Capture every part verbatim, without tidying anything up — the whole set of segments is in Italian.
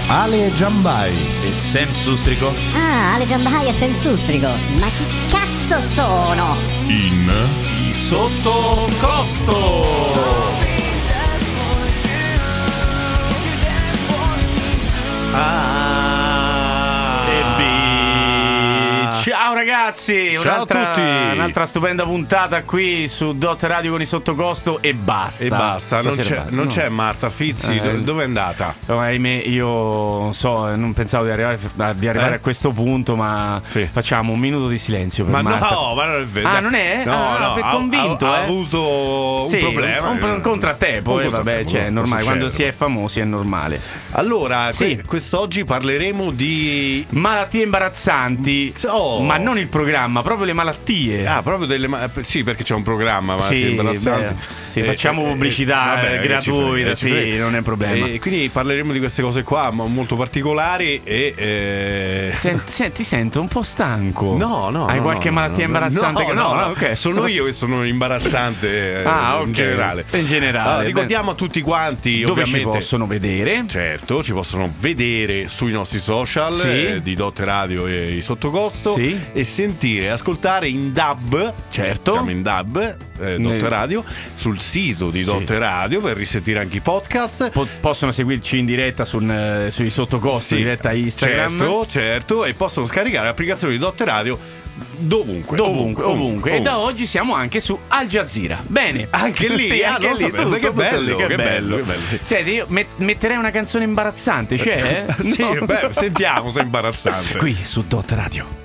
Ale Giambai e Sam Sustrico. Ah, Ale Giambai e Sam Sustrico. Ma chi cazzo sono? In I Sottocosto. Ah, e B. Ciao ragazzi, ciao un'altra, a tutti. Un'altra stupenda puntata qui su Dot Radio con I Sottocosto e basta. E basta, non c'è, Stasera, non no. c'è Marta Fizzi, Eh, dove è andata? Oh, ahimè, io so, non pensavo di arrivare, di arrivare Eh? a questo punto, ma Sì. facciamo un minuto di silenzio per Ma Marta. no, ma non è vero. Ah, non è? No, Ah, no, per ha, convinto, ha, eh. ha avuto Sì, un problema. un, un contrattempo, Un eh, vabbè, contrattempo, cioè, è può normale, quando succedere. si è famosi è normale. Allora, Sì. que- quest'oggi parleremo di... Malattie imbarazzanti, Oh. ma non il programma, proprio le malattie. Ah, proprio delle... ma- Sì, perché c'è un programma, ma Sì, imbarazzanti. beh, sì, facciamo pubblicità, eh, che ci gratuita, frega, ci sì, frega. non è un problema. E quindi parleremo di queste cose qua, ma molto particolari e... eh, Senti, senti, ti sento un po' stanco. No, no. Hai no, qualche no, malattia no, imbarazzante? No, che- no, no, ok. sono io che sono imbarazzante eh, Ah, ok. in generale. In generale, Allora, ricordiamo a tutti quanti, Dove ovviamente, ci possono vedere? certo, ci possono vedere sui nostri social Sì. eh, di Dot Radio e I Sottocosto Sì. e sentire, ascoltare in D A B. Certo. Siamo in D A B, eh, Dot Ne- Radio, sul sito di Sì. Dot Radio per risentire anche i podcast. Po- possono seguirci in diretta sul, eh, sui sottocosti, Sì, diretta Instagram. Certo, certo, e possono scaricare l'applicazione di Dot Radio dovunque. Dovunque, ovunque. E da oggi siamo anche su Al Jazeera. Bene. Anche lì, Sì, ah, anche non lì. sapevo. tutto, Che tutto bello, lì, che che bello. bello, che bello, sì. Senti, io met- metterei una canzone imbarazzante, c'è? Sì, No. beh, sentiamo se è imbarazzante. Qui su Dot Radio.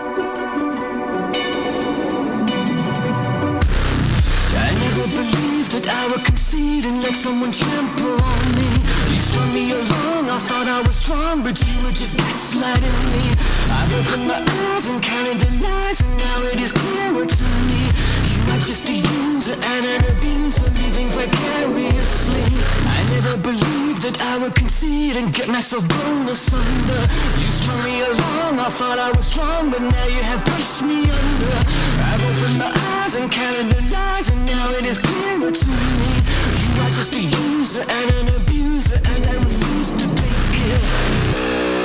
I never believed that I would concede and let someone trample on me. You strung me along, I thought I was strong, but you were just gaslighting me. I've opened my eyes and counted the lies, and now it is clearer to me. You are just a user and an abuser, living vicariously. I never believed that I would concede and get myself blown asunder. You strung me along, I thought I was strong, but now you have pushed me under. I've opened my eyes and counted the lies, and now it is clearer to me. You are just a user and an abuser, and I refuse to take it.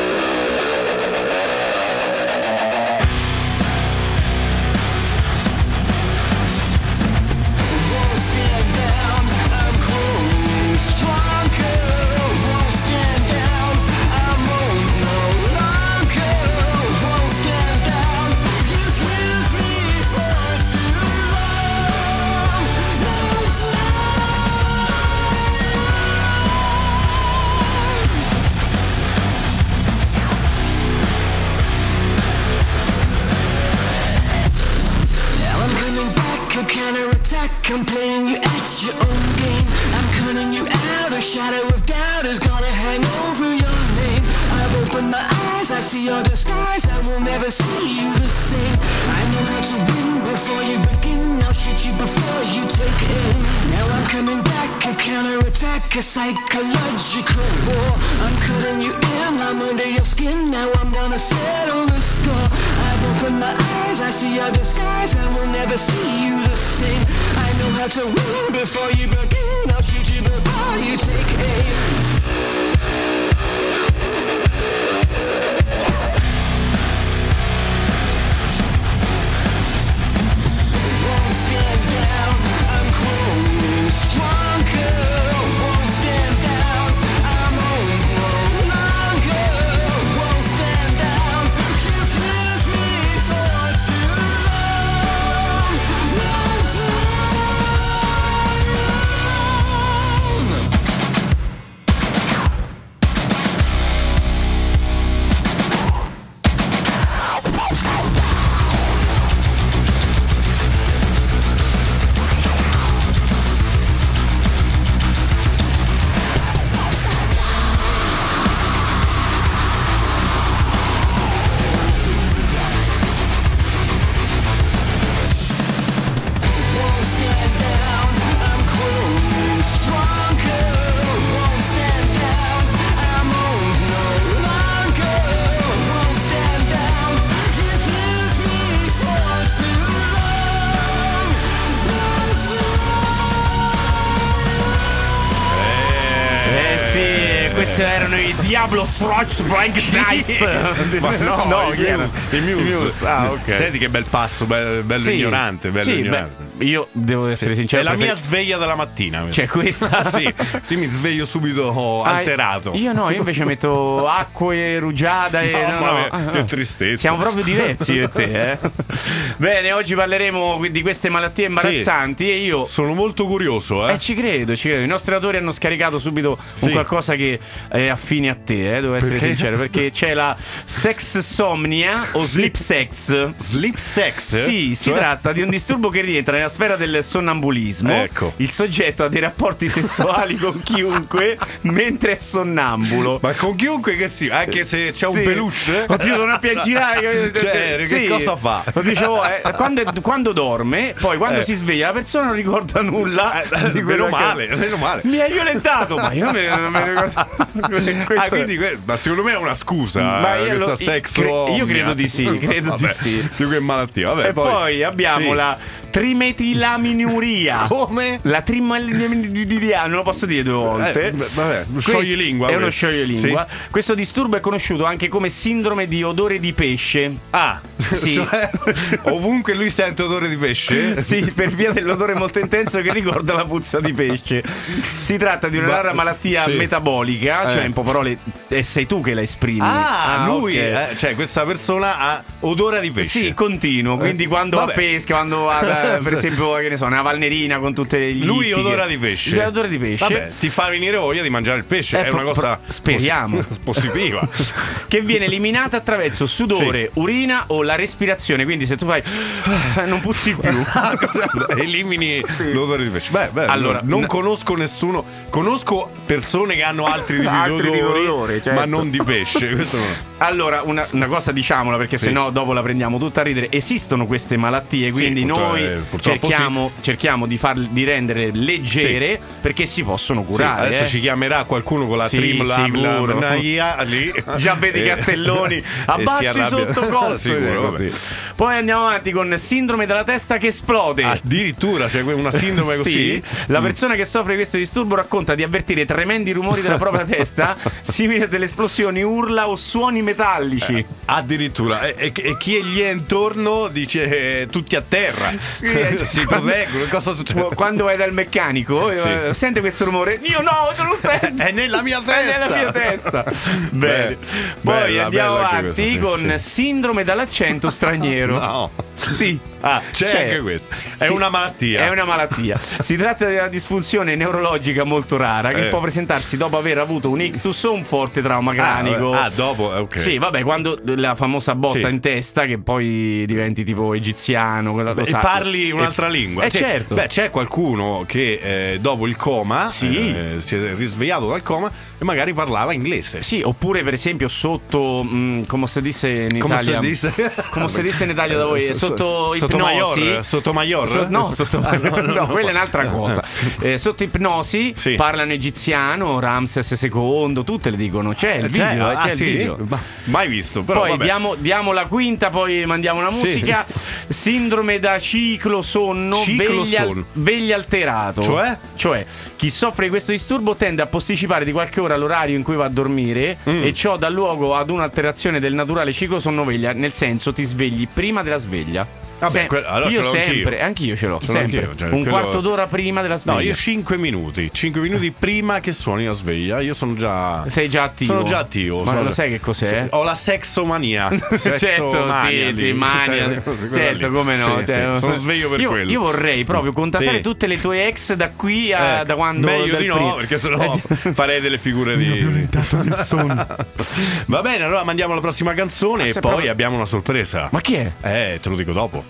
Won't stand down, I'm growing stronger. Won't stand down, I'm old no longer. Won't stand down, you've used me for too long. No Now I'm coming back, a counterattack. I'm playing you at your own game. I'm cutting you out, a shadow of doubt is gonna hang over your name. I've opened my eyes, I see your disguise, I will never see you the same. I know how to win before you begin, I'll shoot you before you take aim. Now I'm coming back, a counterattack, a psychological war. I'm cutting you in, I'm under your skin, now I'm gonna settle the score. I've opened my eyes, I see your disguise, I will never see you the same. I know how to win before you begin, I'll shoot you before you take aim. Won't stand down, I'm growing stronger. Won't stand down, I'm old no longer. Won't stand down, you've used me for too long. No down. erano i Diablo Froch Frank Dice. Ma no, no, i chi erano? Muse, i Muse. I Muse. Ah, ok. Senti che bel passo, bello, bello Sì. ignorante, bello Sì, ignorante. beh, io devo essere Sì. sincero. È la prefer- mia sveglia della mattina. Cioè questa? sì, sì, mi sveglio subito Ah, alterato. Io no, io invece metto acqua e rugiada e No, no, ma no. che tristezza. Siamo proprio diversi io e te, eh? Bene, oggi parleremo di queste malattie imbarazzanti Sì. e io Sono molto curioso, eh. Eh, ci credo, ci credo. I nostri autori hanno scaricato subito Sì. un qualcosa che è affine a te, eh, devo essere Perché? sincero, perché c'è la sexsomnia o sleep sex. Sleep sex? Sì, si Cioè? tratta di un disturbo che rientra nella sfera del sonnambulismo. Ecco. Il soggetto ha dei rapporti sessuali con chiunque mentre è sonnambulo. Ma con chiunque che sia, anche se c'è un Sì. peluche. Oddio, non a girare. Cioè, che cosa fa? Lo dicevo, eh, quando, quando dorme, poi quando Eh. si sveglia, la persona non ricorda nulla. Eh, di quello meno che- male, meno male. Mi hai violentato, ma io me- non me ne ricordo. Questo Ah, è- quindi que- ma secondo me è una scusa. Ma io questa lo- sex cre- io credo di sì, credo di Vabbè, sì. Più che malattia. Vabbè, E poi, abbiamo Sì. la trimetilaminuria. Come? La trimetilaminuria, non lo posso dire due volte. Eh, beh, vabbè, Questo scioglilingua, È uno questo. scioglilingua. Questo disturbo è conosciuto anche come sindrome di odore di pesce. Ah, Sì. cioè, ovunque lui sente odore di pesce. Sì, per via dell'odore molto intenso che ricorda la puzza di pesce. Si tratta di una Ma- rara malattia sì. metabolica, cioè Eh. in poche parole eh, sei tu che la esprimi. Ah, lui, ok. eh, cioè questa persona ha odore di pesce. Sì, continuo, quindi Eh, quando va a vabbè. pesca, quando va, eh, per esempio, che ne so, una valnerina con tutte le Lui littiche. odora di pesce. Lui odora di pesce. Vabbè, ti fa venire voglia di mangiare il pesce. Eh, è una pro- cosa. pro- speriamo. posi- positiva. Che viene eliminata attraverso sudore, urina o la respirazione. Quindi se tu fai eh, non puzzi più. Elimini l'odore di pesce. Beh, beh, Allora, non n- conosco nessuno. Conosco persone che hanno altri tipi Altri di tipi di odori, odori, certo. ma non di pesce. Questo no. Allora, una, una cosa diciamola perché Sì. sennò dopo la prendiamo tutta a ridere. Esistono queste malattie, quindi purtro- noi eh, purtroppo cerchiamo, cerchiamo di, farle, di rendere leggere perché si possono Sì, curare. adesso eh. ci chiamerà qualcuno con la Sì, trim sicuro. lam, lam, lì. Già vedi i E- cartelloni e abbassi si arrabbia. sotto costo. Sicuro, Così. vabbè. Poi andiamo avanti con sindrome della testa che esplode. Addirittura c'è una sindrome così. Sì, la persona che soffre di questo disturbo racconta di avvertire tremendi rumori della propria testa, simili a delle esplosioni, urla o suoni metallici. Addirittura. E, e- e chi gli è intorno dice eh, tutti a terra. eh, si quando- proteggono. Cosa succede? Quando vai dal meccanico, eh, Sì. sente questo rumore. Io no, non lo sento. È nella mia È testa. nella mia testa. Bene. Poi Bella, andiamo bella anche avanti questa, sì, con sì. sindrome dall'accento straniero. No. Sì. Ah, c'è, C'è. anche questo. È Sì, una malattia. È una malattia. Si tratta di una disfunzione neurologica molto rara che Eh. può presentarsi dopo aver avuto un ictus o un forte trauma Ah, cranico. ah, dopo, eh, ok. Sì, vabbè, quando la famosa botta Sì. in testa che poi diventi tipo egiziano, quello- lo E sa- parli un'altra Eh, lingua. Eh, Cioè, certo. Beh, c'è qualcuno che eh, dopo il coma Sì. eh, si è risvegliato dal coma e magari parlava inglese. Sì, oppure per esempio sotto, mh, come si dice in Come Italia, si dice? come si dice in Italia da voi, So- sotto sotto ipnosi, Maior, sotto Maior? So- no, sotto Ah, no, no, no, no. quella è un'altra cosa. Eh, sotto ipnosi Sì. parlano egiziano, Ramses secondo, tutte le dicono. C'è il Eh, c'è? video, eh, Ah, c'è il sì? video. Ma- mai visto, però Poi vabbè. diamo, diamo la quinta, poi mandiamo una Sì. musica. Sindrome da ciclo sonno, Ciclo veglia, sonno. veglia alterato. Cioè? Cioè, chi soffre di questo disturbo tende a posticipare di qualche ora l'orario in cui va a dormire Mm. e ciò dà luogo ad un'alterazione del naturale ciclo sonno-veglia, nel senso ti svegli prima della sveglia. Vabbè, Sem- quello- allora io ce l'ho sempre, anch'io. anch'io ce l'ho, Ce l'ho sempre. anch'io, cioè, un quello- quarto d'ora prima della sveglia. No, io cinque minuti. cinque minuti prima che suoni la sveglia. Io sono già. Sei già attivo. Sono già attivo. Ma sono- lo sai che cos'è? Sì, ho la sexomania. certo, Sexomania sì, lì. sì, mania. Quella Certo, lì. come no. Sì, cioè, sì, sono sveglio per io, quello. Io vorrei proprio contattare Sì. tutte le tue ex da qui a Eh, da quando. meglio dal di no, primo. perché sennò Eh, farei delle figure di. nel sonno. Va bene, allora mandiamo la prossima canzone Ma e se poi proprio- abbiamo una sorpresa. Ma chi è? Eh, te lo dico dopo.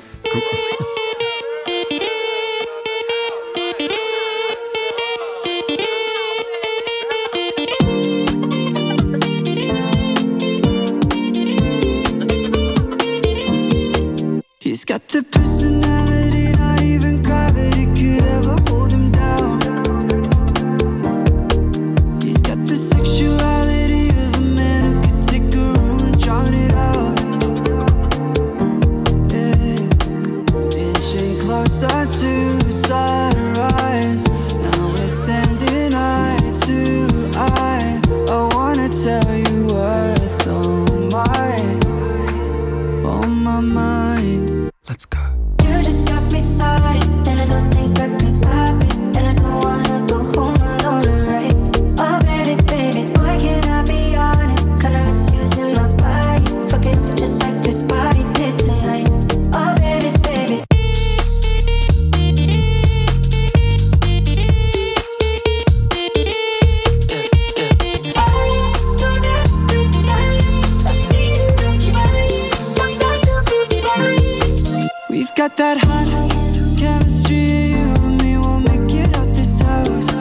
He's got the personality not even gravity could ever hold him down. He's got the sexuality of a man who could take a room and drown it out. Yeah. got that hot chemistry, you and me will make it out this house.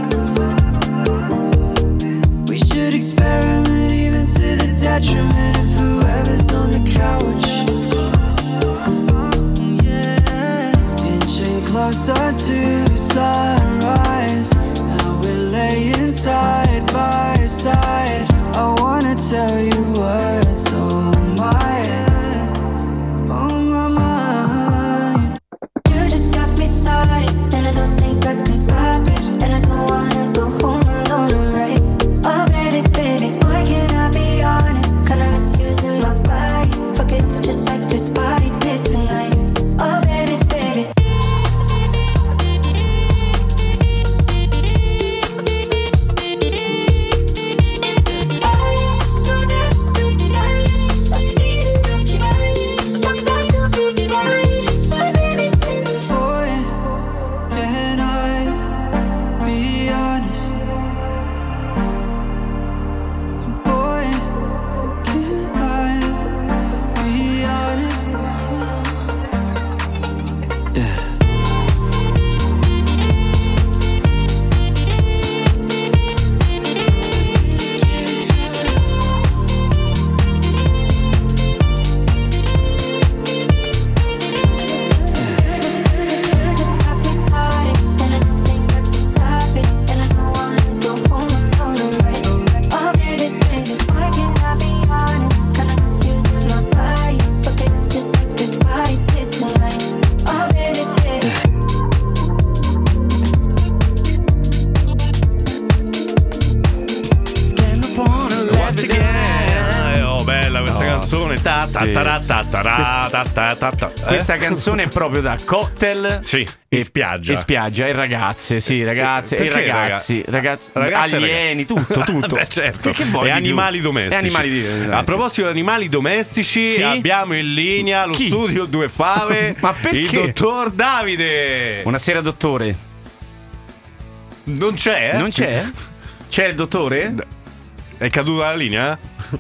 We should experiment even to the detriment of whoever's on the couch. Oh yeah, inching closer to sunrise. Now we're laying side by side. I wanna tell you what's on my head, on my mind. You just got me started, and I don't think I can stop it. And I don't wanna go home alone, right? Oh baby, baby, why can't I be honest? Kinda misusing my body. Fuck it, just like this party did tonight. Oh baby, baby. Questa canzone è proprio da cocktail, sì, e spiaggia. E spiaggia, e ragazze, sì, ragazze, e ragazzi, ragazzi, ragazze, alieni, tutto, tutto. Beh, certo. Che vuoi e di animali più? domestici. E animali di... A proposito di animali domestici, sì? abbiamo in linea lo Chi? studio Due Fave. Ma perché? Il dottor Davide. Buonasera, dottore. Non c'è? Non c'è? C'è il dottore? È caduta la linea?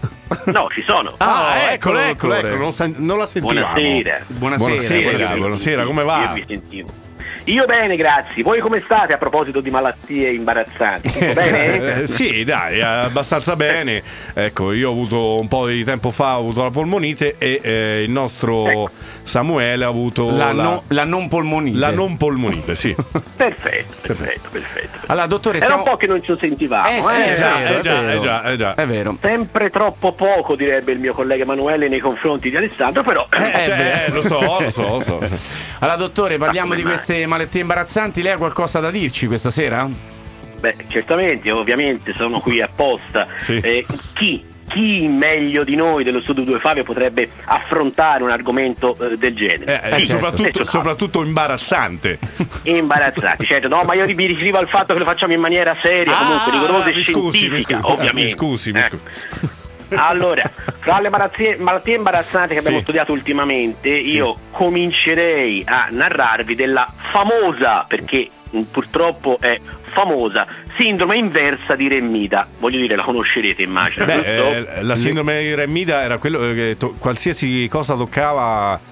No, ci sono. Ah, Ah, eccolo, eccolo, eccolo, ecco, non, sa- non la sentivamo. Buonasera. Buonasera, Buonasera, buonasera. buonasera, come va? Io vi sentivo. Io bene, grazie. Voi come state a proposito di malattie imbarazzanti? Tutto bene? Eh, sì, dai, abbastanza bene. Ecco, io ho avuto un po' di tempo fa, ho avuto la polmonite e eh, il nostro ecco. Samuele ha avuto La, la, no, la non polmonite. la non polmonite, sì. Perfetto, perfetto, perfetto. Allora, dottore, Era siamo... un po' che non ci sentivamo. Eh sì, eh? è già, vero, eh già, è vero. eh già, eh già. È vero. Sempre troppo poco, direbbe il mio collega Emanuele, nei confronti di Alessandro, però... Eh, cioè, eh, lo so, lo so, lo so. Allora, dottore, parliamo Ma di come mai? queste malattie imbarazzanti. Lei ha qualcosa da dirci questa sera? Beh, certamente, ovviamente sono qui apposta. Sì. Eh, chi? Chi meglio di noi dello studio Due Fave potrebbe affrontare un argomento eh, del genere? Eh, eh, Chi? soprattutto, Detto no. soprattutto imbarazzante. Imbarazzati, certo, no, ma io mi riferivo al fatto che lo facciamo in maniera seria, comunque rigorosa e mi scusi, scientifica, mi scusi. ovviamente. Mi scusi, mi Eh. scusi. Allora, fra le malattie, malattie imbarazzanti che abbiamo Sì. studiato ultimamente, io comincerei a narrarvi della famosa, perché mh, purtroppo è famosa, sindrome inversa di Remmida. Voglio dire, la conoscerete, immagino, Beh, giusto? eh, la sindrome di Remmida era quello che to- qualsiasi cosa toccava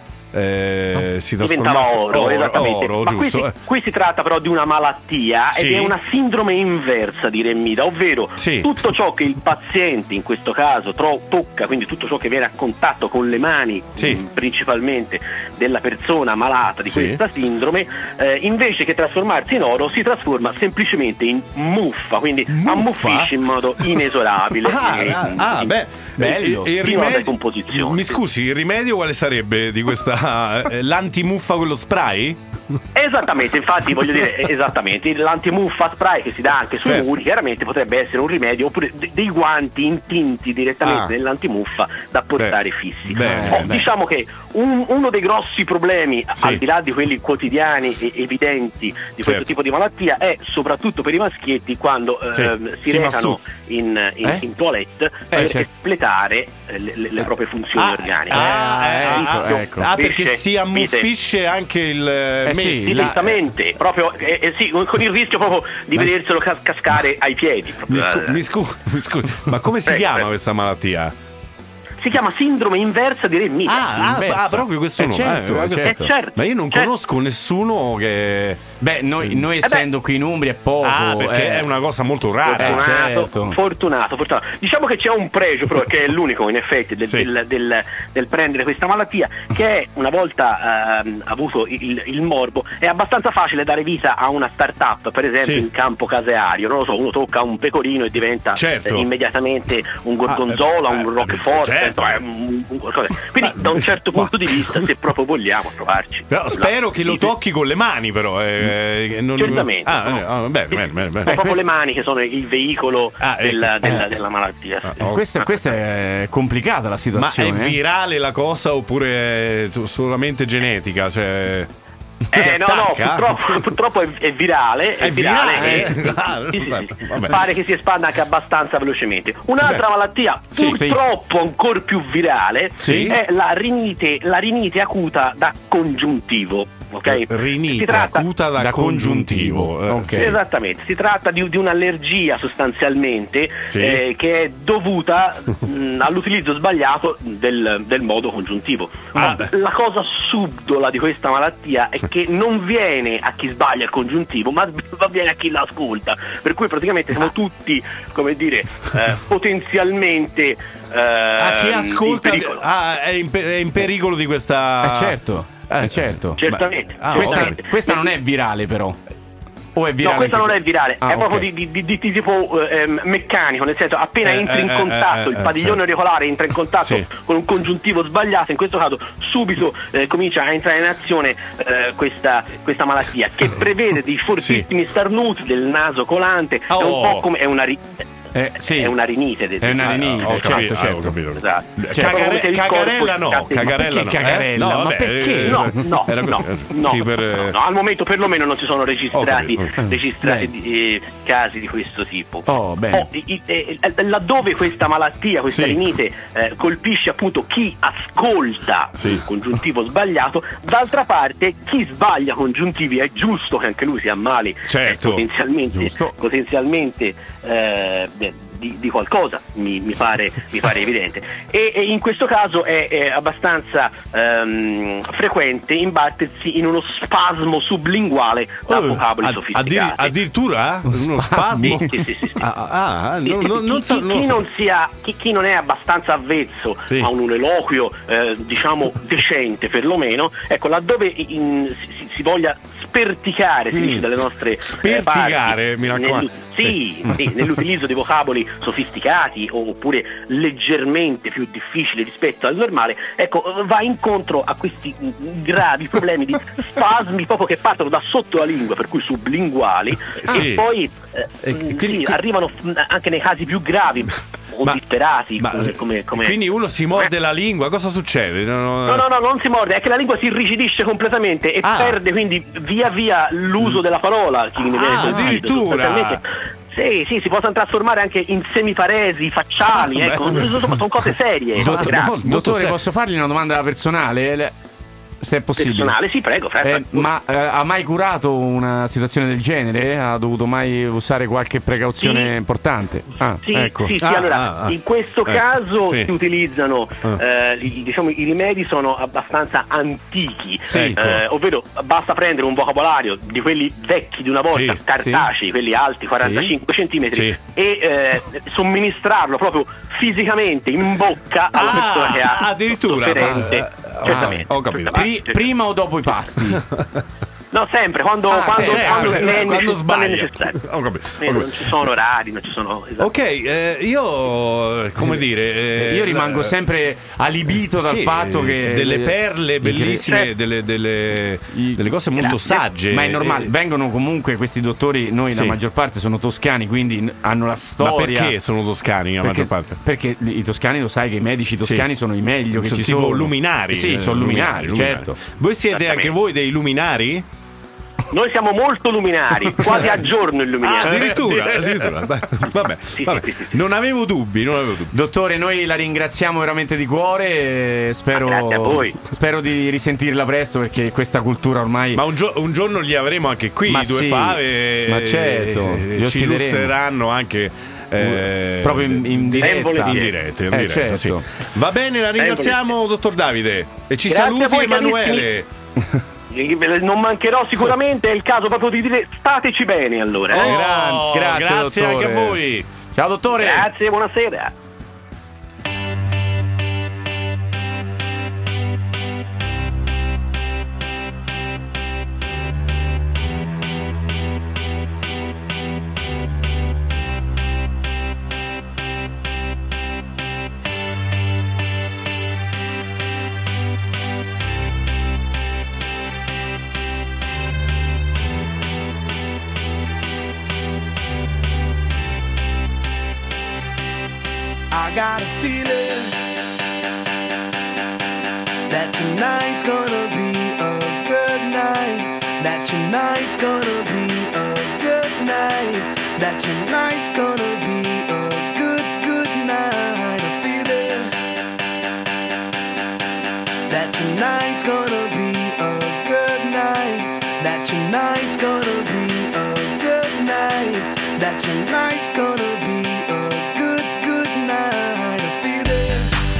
eh, si diventava trasformasse oro, esattamente. oro, Ma qui si, giusto. qui si tratta però di una malattia Sì. ed è una sindrome inversa di Remmida, ovvero Sì. tutto ciò che il paziente in questo caso tro- tocca, quindi tutto ciò che viene a contatto con le mani Sì. mh, principalmente della persona malata di Sì. questa sindrome, eh, invece che trasformarsi in oro si trasforma semplicemente in muffa, quindi Muffa? ammuffisce in modo inesorabile. Ah, eh, ah, ah, in- beh, bello. E- e il Fino alla rimedio- decomposizione. Mi scusi, il rimedio quale sarebbe di questa eh, l'antimuffa, quello spray? Esattamente, infatti voglio dire, esattamente, l'antimuffa spray che si dà anche sui Certo. muri chiaramente potrebbe essere un rimedio, oppure de- dei guanti intinti direttamente Ah. nell'antimuffa da portare Beh, fissi. bene, Oh, bene. diciamo che un- uno dei grossi problemi, Sì. al di là di quelli quotidiani e evidenti di questo Certo. tipo di malattia, è soprattutto per i maschietti quando Sì. ehm, si Si recano masturba. in, in, Eh? in toilette per certo. espletare eh, le, le- le proprie funzioni Ah, organiche. ah, eh, ecco, ah, ecco. ah, perché Pesce, si ammuffisce anche il Eh, me- sì. Sì, La- direttamente, proprio eh, eh, sì, con il rischio proprio di Ma- vederselo cas- cascare ai piedi. Mi, proprio, scu- eh. mi scu- mi scusi, ma come si Prego, chiama prego. questa malattia? si chiama sindrome inversa di Remita. Ah, ah, ah, proprio questo Eh, nome. certo, eh, eh, certo. certo, Ma io non certo. conosco nessuno che. Beh, noi, noi essendo qui in Umbria è poco. Ah, perché eh. è una cosa molto rara. Eh, Fortunato, certo. fortunato, fortunato. Diciamo che c'è un pregio, però, che è l'unico in effetti del, Sì. del, del, del prendere questa malattia, che è, una volta ehm, avuto il, il morbo, è abbastanza facile dare vita a una start-up, per esempio Sì. in campo caseario. Non lo so, uno tocca un pecorino e diventa Certo. eh, immediatamente un gorgonzola, Ah, eh, un eh, roquefort. certo. insomma, un- un qualcosa. Quindi, da un certo ma- punto di vista, se proprio vogliamo provarci. Però spero che lo Sì, tocchi con le mani, però. Eh, che non... Certamente. Ah, no. eh, ah, bene, bene, bene, Sono bene. proprio questo- le mani che sono il veicolo Ah, ecco. della, della- Eh. della malattia. sì. Ah, Questa, questa è complicata la Ma è situazione. eh. virale la cosa oppure è solamente genetica? Cioè. Eh si no, no, attacca? purtroppo, purtroppo è, è virale. È, È virale? e- Eh, ah, sì, sì, vabbè, sì. vabbè. Pare che si espanda anche abbastanza velocemente. Un'altra Beh. malattia, Sì, sì. purtroppo ancora più virale, Sì. è la rinite, la rinite acuta da congiuntivo. Ok? Rinite Si tratta- acuta da, da congiuntivo. congiuntivo. Eh, Ok. Sì, esattamente, si tratta di, di un'allergia sostanzialmente Sì. eh, che è dovuta mh, all'utilizzo sbagliato del, del modo congiuntivo. Ah, Ma beh. la cosa subdola di questa malattia è che non viene a chi sbaglia il congiuntivo, ma viene a chi l'ascolta. Per cui praticamente siamo tutti, come dire, eh, potenzialmente eh, A chi ascolta in pericolo. ah, è, in, pe- è in pericolo di questa. Eh, certo, eh, certo. Certamente. Ah, Questa, certamente. questa non è virale, però. O è virale? No, questa anche- non è virale, Ah, è proprio ok. di, di- di- di tipo ehm, meccanico, nel senso appena Eh, entri in eh, contatto, eh, il eh, padiglione certo. auricolare entra in contatto Sì. con un congiuntivo sbagliato, in questo caso subito eh, comincia a entrare in azione eh, questa, questa malattia, che prevede dei fortissimi starnuti del naso colante, è un Oh. po' come è una, ri- Eh, sì. è una rinite. del- È una rinite, Ah, ho certo, capito, ah, certo. ho capito. Esatto. Cagare- Cioè, proprio se il cagarella corpo no, scatta- cagarella perché no. cagarella? Eh? No, Ma vabbè, perché? eh, No, no, era no, così, no, sì, per, no, no, al momento perlomeno non si sono registrati, Ho capito. registrati Bene. eh, casi di questo tipo. Oh, bene. Oh, i- i- eh, eh, laddove questa malattia, questa Sì. rinite eh, colpisce appunto chi ascolta Sì. il congiuntivo sbagliato, d'altra parte chi sbaglia congiuntivi è giusto che anche lui si ammali Certo. eh, potenzialmente, Giusto. potenzialmente eh, di, di qualcosa, mi, mi pare, mi pare evidente. E, e in questo caso è, è abbastanza ehm, frequente imbattersi in uno spasmo sublinguale da Oh, vocaboli ad- sofisticati. addir- addirittura uno spasmo. Sì, sì, sì, sì, sì. Ah, ah, ah, Sì, non, sì, non, sì, non chi, so- chi- non chi so- non sia, chi, chi non è abbastanza avvezzo Sì. a un eloquio eh, diciamo decente perlomeno, ecco, laddove in- si, si voglia sperticare si Mm. dice, dalle nostre eh, Sperticare, parti, mi raccomando. nell'u- sì, sì, nell'utilizzo di vocaboli sofisticati o- oppure leggermente più difficili rispetto al normale, ecco, va incontro a questi mm, gravi problemi di spasmi proprio che partono da sotto la lingua, per cui sublinguali, Sì. e poi eh, E mm, quindi- sì, arrivano mm, anche nei casi più gravi o Ma- disperati, ma- come, come- come- Quindi uno si morde la lingua, cosa succede? No, No, no, no, non si morde, è che la lingua si irrigidisce completamente e Ah. perde quindi via via l'uso della parola. Chi ne Ah, viene colpito, addirittura? sostanzialmente. Sì, sì, si possono trasformare anche in semiparesi facciali, Ah, ecco, beh. insomma, sono cose serie. Dott- gravi. molto Dottore, serio. posso fargli una domanda personale? Le- Se è possibile. Personale, sì, prego, Fred, Eh, prego. ma eh, ha mai curato una situazione del genere? Ha dovuto mai usare qualche precauzione Sì. importante? Ah, Sì, ecco. sì, sì, Ah, allora ah, ah. in questo Eh, caso sì. si utilizzano Ah. eh, i, diciamo, i rimedi sono abbastanza antichi, Sì, ecco. eh, ovvero basta prendere un vocabolario di quelli vecchi di una volta, Sì, cartacei, quelli alti quarantacinque centimetri, Sì. e eh, somministrarlo proprio fisicamente in bocca alla Ah, persona che ha addirittura, sofferenze. ah, Certamente. ho capito. Pri- prima o dopo i pasti? No, sempre, quando, Ah, quando, sempre, quando, sempre, ne è quando necess- quando è sbaglia. necessario. Ho capito, Eh, ho non capito. ci sono orari, non ci sono... esatto. Ok, eh, io come dire, eh, Io rimango eh, sempre alibito dal sì, fatto che delle perle i- bellissime, che- delle, delle, I- delle cose molto Grazie. sagge. Ma è normale, Eh, vengono comunque questi dottori, noi Sì. la maggior parte sono toscani, quindi n- hanno la ma storia. perché sono toscani la Perché, maggior parte? perché i toscani, lo sai che i medici toscani Sì. sono i meglio che Sono ci tipo sono. luminari. Sì, eh, sono luminari, certo. Voi siete anche Esattamente. voi dei luminari? Noi siamo molto luminari, quasi a giorno Ah, illuminati. addirittura, addirittura. Beh, vabbè, vabbè. sì, sì, sì. Non avevo dubbi, non avevo dubbi. Dottore, noi la ringraziamo veramente di cuore e spero, Ma grazie a voi. spero di risentirla presto, perché questa cultura ormai... Ma un, gio- un giorno li avremo anche qui, Ma i due sì, fave. ma certo, eh, li ci ospiteremo. illustreranno anche eh, proprio in, in diretta. in diretta, in Eh, diretta, certo. sì. Va bene, la ringraziamo, dottor Davide, e ci Grazie a saluti voi, Emanuele. Non mancherò sicuramente, è il caso proprio di dire stateci bene allora. eh. Oh, Grazie, grazie, grazie dottore. anche a voi. Ciao dottore. Grazie, buonasera. I got a feeling that tonight's gonna be a good night. That tonight's gonna be a good night. That tonight's gonna be a good, good night. A feeling that tonight's gonna be a good night. That tonight's gonna be a good night. That tonight's gonna be a good, good night. A feeling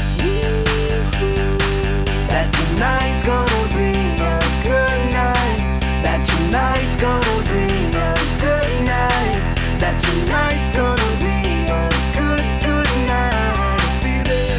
that tonight's gonna be a good night. That tonight's gonna be a good night. That tonight's gonna be a good, good night. A feeling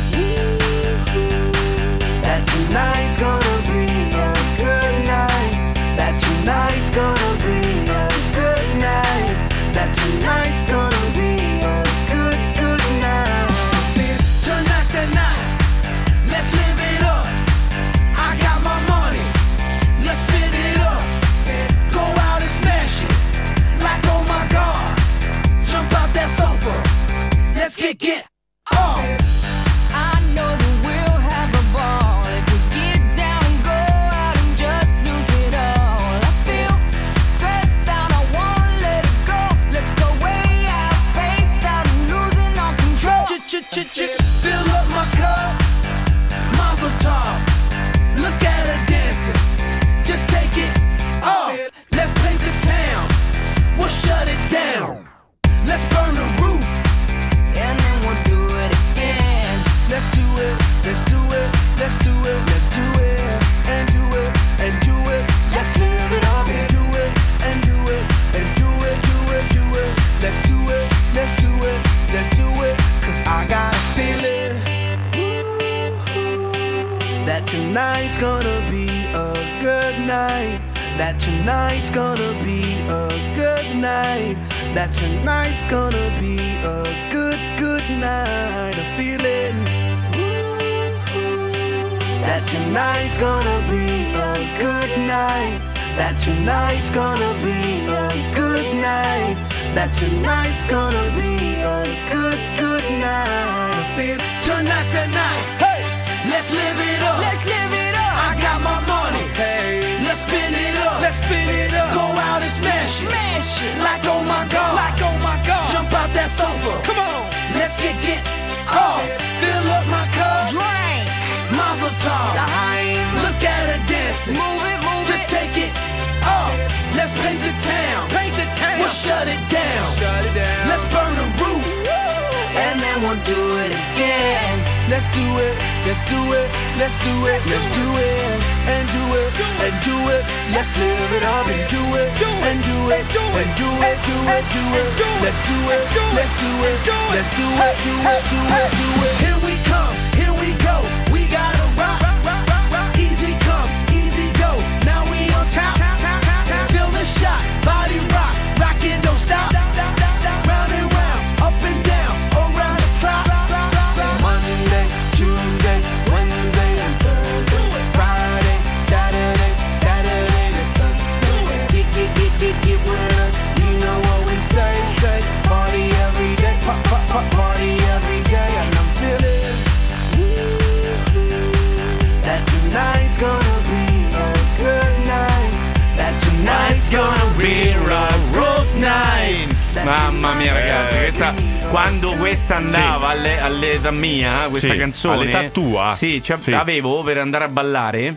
that tonight's gonna be a good night. That tonight's gonna be a good night. That tonight's gonna be a good, good night. Tonight's the night. Let's live it up. I got my money. Let's spin it up. Go out and smash it. Like oh my God. Jump out that sofa. Let's get get off. I know that we'll have a ball if we get down and go out and just lose it all. I feel stressed out, I wanna let it go. Let's go way out, spaced out and losing all control. Ch-ch-ch-ch, fill up my cup. Mazel tov. Look at her dancing. Just take it off. Let's paint the town. We'll shut it down. Let's burn the roof. And then we'll do it again. Let's do it. Let's do it. Let's do it. Let's do it. And do it. And do it. Let's live it up and do it. And do it. And do it. Do it. Do it. Let's do it. Let's do it. Let's do it. Cause I got a feeling that tonight's gonna be a good night. That tonight's gonna be a good night. That tonight's gonna be a good, good night. A feeling that tonight's gonna be a good night. That tonight's gonna be a good night. That tonight's gonna be a good, good night. I feel tonight's the night. Hey, let's live it up. Let's live it up. I got my money. Hey, let's spin it up. Let's spin it up. Go out and smash it. Smash it. Like oh my God. Like oh my God. Jump out that sofa. Come on. Let's get get off. Fill up my cup. Drink. Mazel tov. L'Haim. Look at her dancing. Move it, move Just it. take it off. Let's paint the town. Paint the town. We'll shut it down. Shut it down. Let's burn the roof. And then we'll do it again. Let's do it. Let's do it. Let's do it. Let's do it. And do it. And do it. Let's live it up and do it. And do it. And do it. Do it. Do it. Let's do it. Let's do it. Let's do it. Do it. Do it. Do it. Here we come. Here we go. We gotta rock. Easy come. Easy go. Now we on top. Feel the shot. Body rock. Rock it. Don't stop. Round and round. Up and down. Around the clock. Monday, Tuesday, Wednesday, and Thursday. Friday, Saturday, Saturday to Sunday. Get, get, get, get, get with us. You know what we say, say. Party every day. Pop, pop, pop, party every day. And I'm feeling that tonight's gonna be a good night. That tonight's gonna be a rough night. Mamma mia ragazzi, Eh, questa, quando questa andava alle- all'età mia, questa Sì, canzone all'età tua? Sì, cioè, Sì. avevo per andare a ballare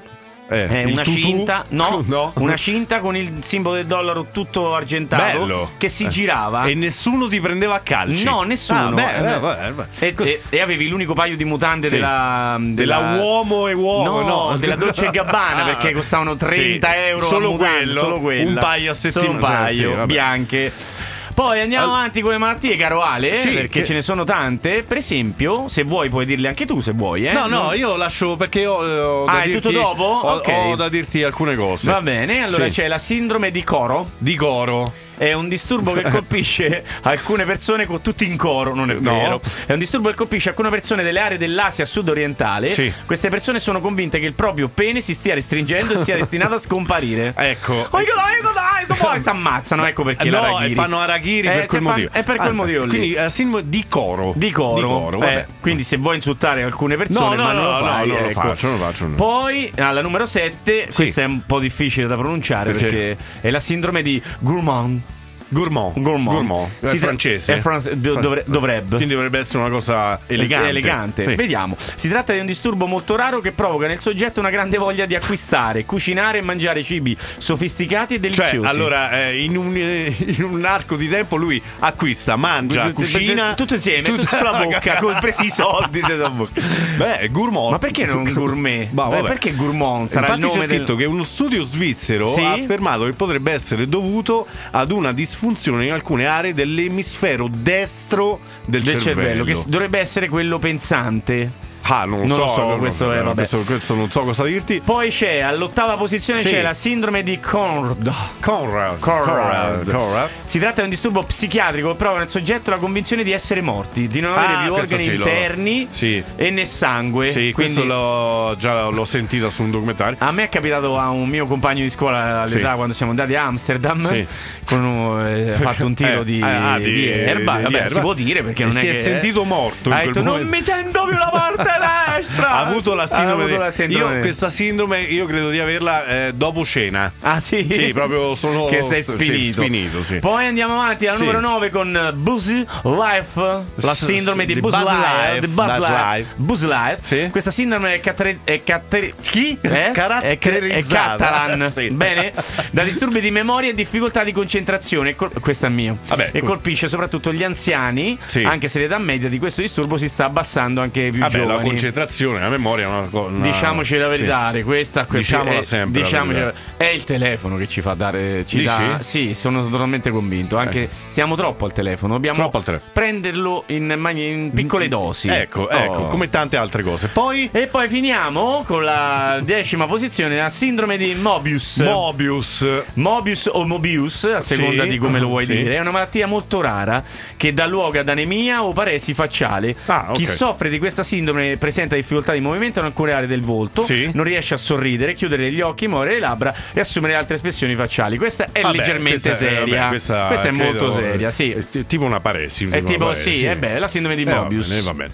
Eh, È il una tutù? cinta, no, No. una cinta con il simbolo del dollaro tutto argentato Bello. che si Eh. girava. E nessuno ti prendeva a calci. No, nessuno. Ah, beh, Eh, beh, beh, beh. E, Cos- e- e avevi l'unico paio di mutande Sì. della, della uomo e uomo, no, no, della Dolce e Gabbana, Ah, perché costavano trenta sì. euro Solo a mutande, quello, solo quella. un paio a settimana, solo un paio, sì, vabbè. bianche. Poi andiamo Al- avanti con le malattie, caro Ale, Sì, perché che- ce ne sono tante. Per esempio, se vuoi puoi dirle anche tu, se vuoi, eh. No, no, Non- io lascio perché ho, ho da Ah, è dirti, tutto dopo? Ho, Ok. ho da dirti alcune cose. Va bene, allora Sì. c'è la sindrome di Coro. Di coro. È un disturbo che colpisce alcune persone con tutti in coro, non è No. vero. È un disturbo che colpisce alcune persone delle aree dell'Asia sud-orientale. Sì. Queste persone sono convinte che il proprio pene si stia restringendo e sia destinato a scomparire. Ecco. Oh, io dai, io dai, sto poi si ammazzano, ecco perché no, l'araghiri. e fanno arachiri Eh, per quel se fan- motivo. È per quel Ah, motivo lì. Quindi eh, sindrome di coro. Di coro, Di coro, Eh, vabbè. quindi se vuoi insultare alcune persone, No, no, ma non no, lo no, fai, non lo ecco. faccio, non lo faccio, no. Poi alla numero sette, Sì. questa è un po' difficile da pronunciare Perché? perché, è la sindrome di Gourmand. Gourmand. Gourmand. È Si tra- francese. è fran- do- dovre- dovrebbe. Quindi dovrebbe essere una cosa elegante. Elegante. Sì. Vediamo. Si tratta di un disturbo molto raro che provoca nel soggetto una grande voglia di acquistare, cucinare e mangiare cibi sofisticati e deliziosi. Cioè, allora, eh, in, un, eh, in un arco di tempo lui acquista, mangia, Tutto- cucina. tutto insieme, tutto sulla bocca, compresi i soldi della bocca. Beh, gourmand. Ma perché non gourmet? Ma Beh, vabbè. perché gourmand? Sarà Infatti il nome c'è scritto del... che uno studio svizzero Sì? ha affermato che potrebbe essere dovuto ad una disfunzione in alcune aree dell'emisfero destro del, del cervello, cervello. che s- dovrebbe essere quello pensante. Ah, non, Non so, lo so, no, no, questo no, è, no, vabbè. questo, questo non so cosa dirti. Poi c'è all'ottava posizione Sì. c'è la sindrome di Conrad. Conrad. Conrad. Conrad. Si tratta di un disturbo psichiatrico che provoca nel soggetto la convinzione di essere morti, di non avere Ah, più questo organi sì, lo- interni sì. e né sangue. Sì, questo Quindi l'ho, già l'ho sentito su un documentario. a me è capitato a un mio compagno di scuola all'età Sì. quando siamo andati a Amsterdam. Sì. Con un- eh, ha fatto un tiro Eh, di, ah, di- di erba. di Vabbè, erba. si può dire perché E non è si che è sentito morto in Ha quel detto non momento." mi sento più la parte destra. Ha avuto la sindrome. Ha avuto di- la sindrome. Io questa sindrome io credo di averla eh, dopo cena. Ah sì? Sì, proprio sono che sei sì, sfinito. finito, sì. Poi andiamo avanti al Sì. numero nove con Buzz Life, la S- sindrome s- di di Buzz Buzz Life, Life, di Buzz Buzz Life. Life. Buzz Life. Sì. Questa sindrome è, catteri- è, catteri- Chi? eh? Caratterizzata. È, è catalan. Sì. Bene? Da disturbi di memoria e difficoltà di concentrazione. Col- questo è mio. Vabbè, e co- colpisce soprattutto gli anziani, Sì. anche se l'età media di questo disturbo si sta abbassando anche ai più Vabbè, la giovani. concentrazione, la memoria è una cosa. Diciamoci la verità, Sì. questa quel- Diciamola è, sempre la diciamoci verità. la- è il telefono che ci fa dare. Ci Dici? dà, sì, sono totalmente convinto. Anche Eh. stiamo troppo al telefono. Dobbiamo Troppo al telefono. prenderlo in, mani- in piccole dosi. Ecco, ecco, Oh. come tante altre cose. Poi E poi finiamo con la decima posizione, la sindrome di Mobius. Mobius. Mobius o Mobius, a seconda Sì, di come lo vuoi sì. dire, è una malattia molto rara che dà luogo ad anemia o paresi facciale. Ah, ok. Chi soffre di questa sindrome presenta difficoltà di movimento in alcune aree del volto, Sì. non riesce a sorridere, chiudere gli occhi, muovere le labbra e assumere altre espressioni facciali. Questa è Vabbè, leggermente questa è- seria. vabbè, questa questa è credo- molto seria, sì. È t- tipo una paresi. È tipo, una sì, paresi, è beh, la sindrome di Eh, va Mobius. bene, va bene.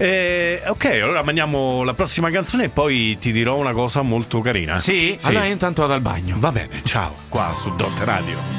Eh, ok, allora mandiamo la prossima canzone e poi ti dirò una cosa molto carina. Sì? Allora io intanto vado al bagno. Va bene, ciao, qua su Dot Radio.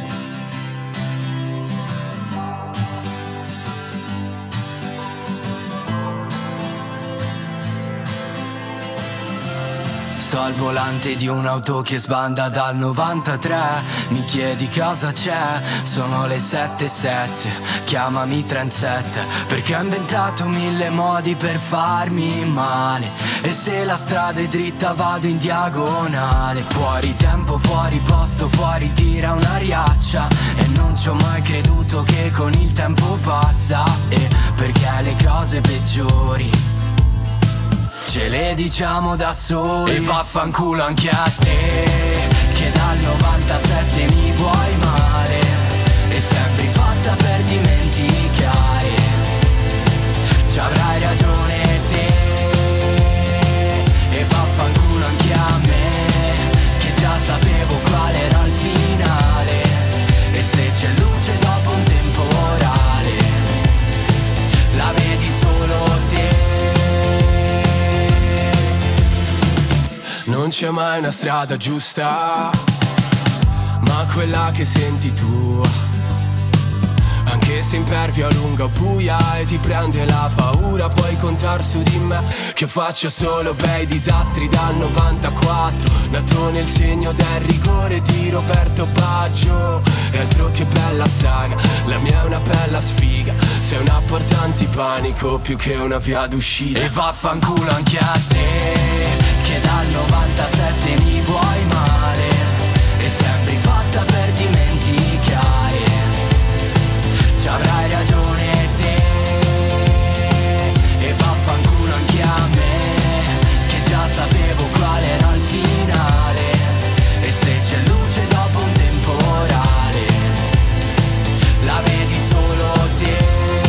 Sto al volante di un'auto che sbanda dal novantatré. Mi chiedi cosa c'è? Sono le sette e sette. Chiamami trentasette, perché ho inventato mille modi per farmi male. E se la strada è dritta vado in diagonale. Fuori tempo, fuori posto, fuori tira una riaccia. E non ci ho mai creduto che con il tempo passa. E perché le cose peggiori ce le diciamo da soli. E vaffanculo anche a te, che dal novantasette mi vuoi male. E sembri fatta per dimenticare. Ci avrai ragione te. E vaffanculo anche a me, che già sapevo qual era il finale. E se c'è luce dopo un temporale, la vedi solo te. Non c'è mai una strada giusta, ma quella che senti tu. Anche sei impervio a lunga buia e ti prende la paura, puoi contar su di me che faccio solo bei disastri dal novantaquattro, nato nel segno del rigore di Roberto Baggio. E altro che bella saga, la mia è una bella sfiga, sei una porta antipanico più che una via d'uscita. E vaffanculo anche a te, che dal novantasette mi vuoi male e sembri fatta per dimenticare. Ci avrai ragione te, e vaffanculo anche a me, che già sapevo qual era il finale. E se c'è luce dopo un temporale, la vedi solo te.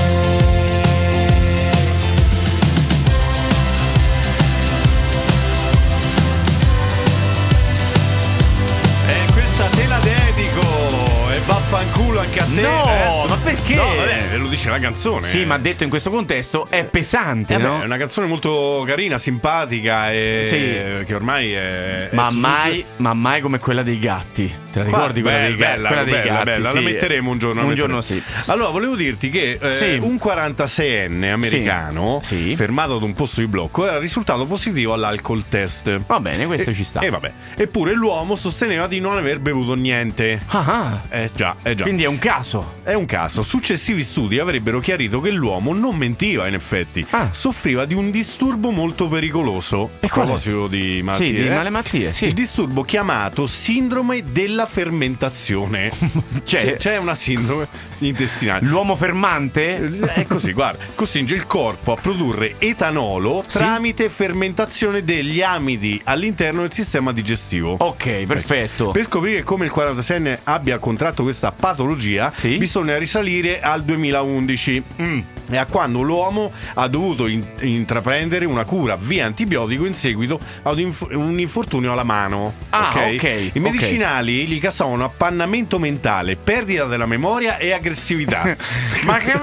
Te la dedico e vaffanculo anche a te. No, eh? ma perché? No, vabbè, lo dice la canzone. Sì, ma detto in questo contesto è pesante, Eh beh, no? è una canzone molto carina, simpatica e Sì. che ormai è, Ma è mai, ma mai come quella dei gatti. Te la ricordi Qua- quella bella, dei gatti? bella, Quella dei bella, gatti, bella. La sì. metteremo un giorno. la Un metteremo. giorno sì. Allora, volevo dirti che eh, Sì. un quarantaseienne americano Sì. Sì. fermato ad un posto di blocco era risultato positivo all'alcol test. Va bene, questo E- ci sta. E vabbè. Eppure l'uomo sosteneva di non aver bevuto niente. Ah, ah. Eh già, eh già. Quindi è un caso. È un caso. Successivi studi avrebbero chiarito che l'uomo non mentiva, in effetti. Ah. Soffriva di un disturbo molto pericoloso. E A qual è? proposito di malattie. Sì, di eh? malattie, sì. Il disturbo chiamato sindrome della fermentazione. Cioè- c'è, c'è una sindrome intestinale. L'uomo fermante? È così, guarda, costringe il corpo a produrre etanolo Sì. tramite fermentazione degli amidi all'interno del sistema digestivo. Ok, perfetto. Per scoprire come il quarantaseienne abbia contratto questa patologia, Sì. bisogna risalire al duemilaundici. Mm. E a quando l'uomo ha dovuto in- intraprendere una cura via antibiotico in seguito ad un inf- un infortunio alla mano. Ah, ok, I medicinali gli causavano appannamento mentale, perdita della memoria e aggressività. Ma che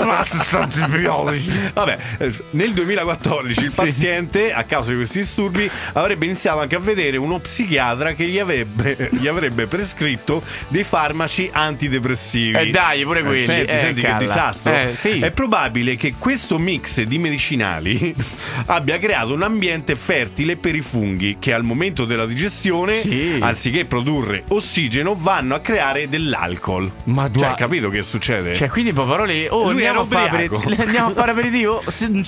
antibiotici? Vabbè, eh, nel duemilaquattordici il Sì. paziente, a causa di questi disturbi, avrebbe iniziato anche a vedere uno psichiatra che gli avrebbe, gli avrebbe prescritto dei farmaci antidepressivi. Eh, dai, pure quelli. Senti, Eh, senti che calla. disastro. Eh, sì. È probabile che questo mix di medicinali abbia creato un ambiente fertile per i funghi che al momento della digestione, Sì. anziché produrre ossigeno, vanno a creare dell'alcol. Ma Cioè, dua- hai capito che succede? Cioè, quindi poi parole. Oh, Lui andiamo a, era fare ubriaco. aperi- andiamo a fare aperitivo?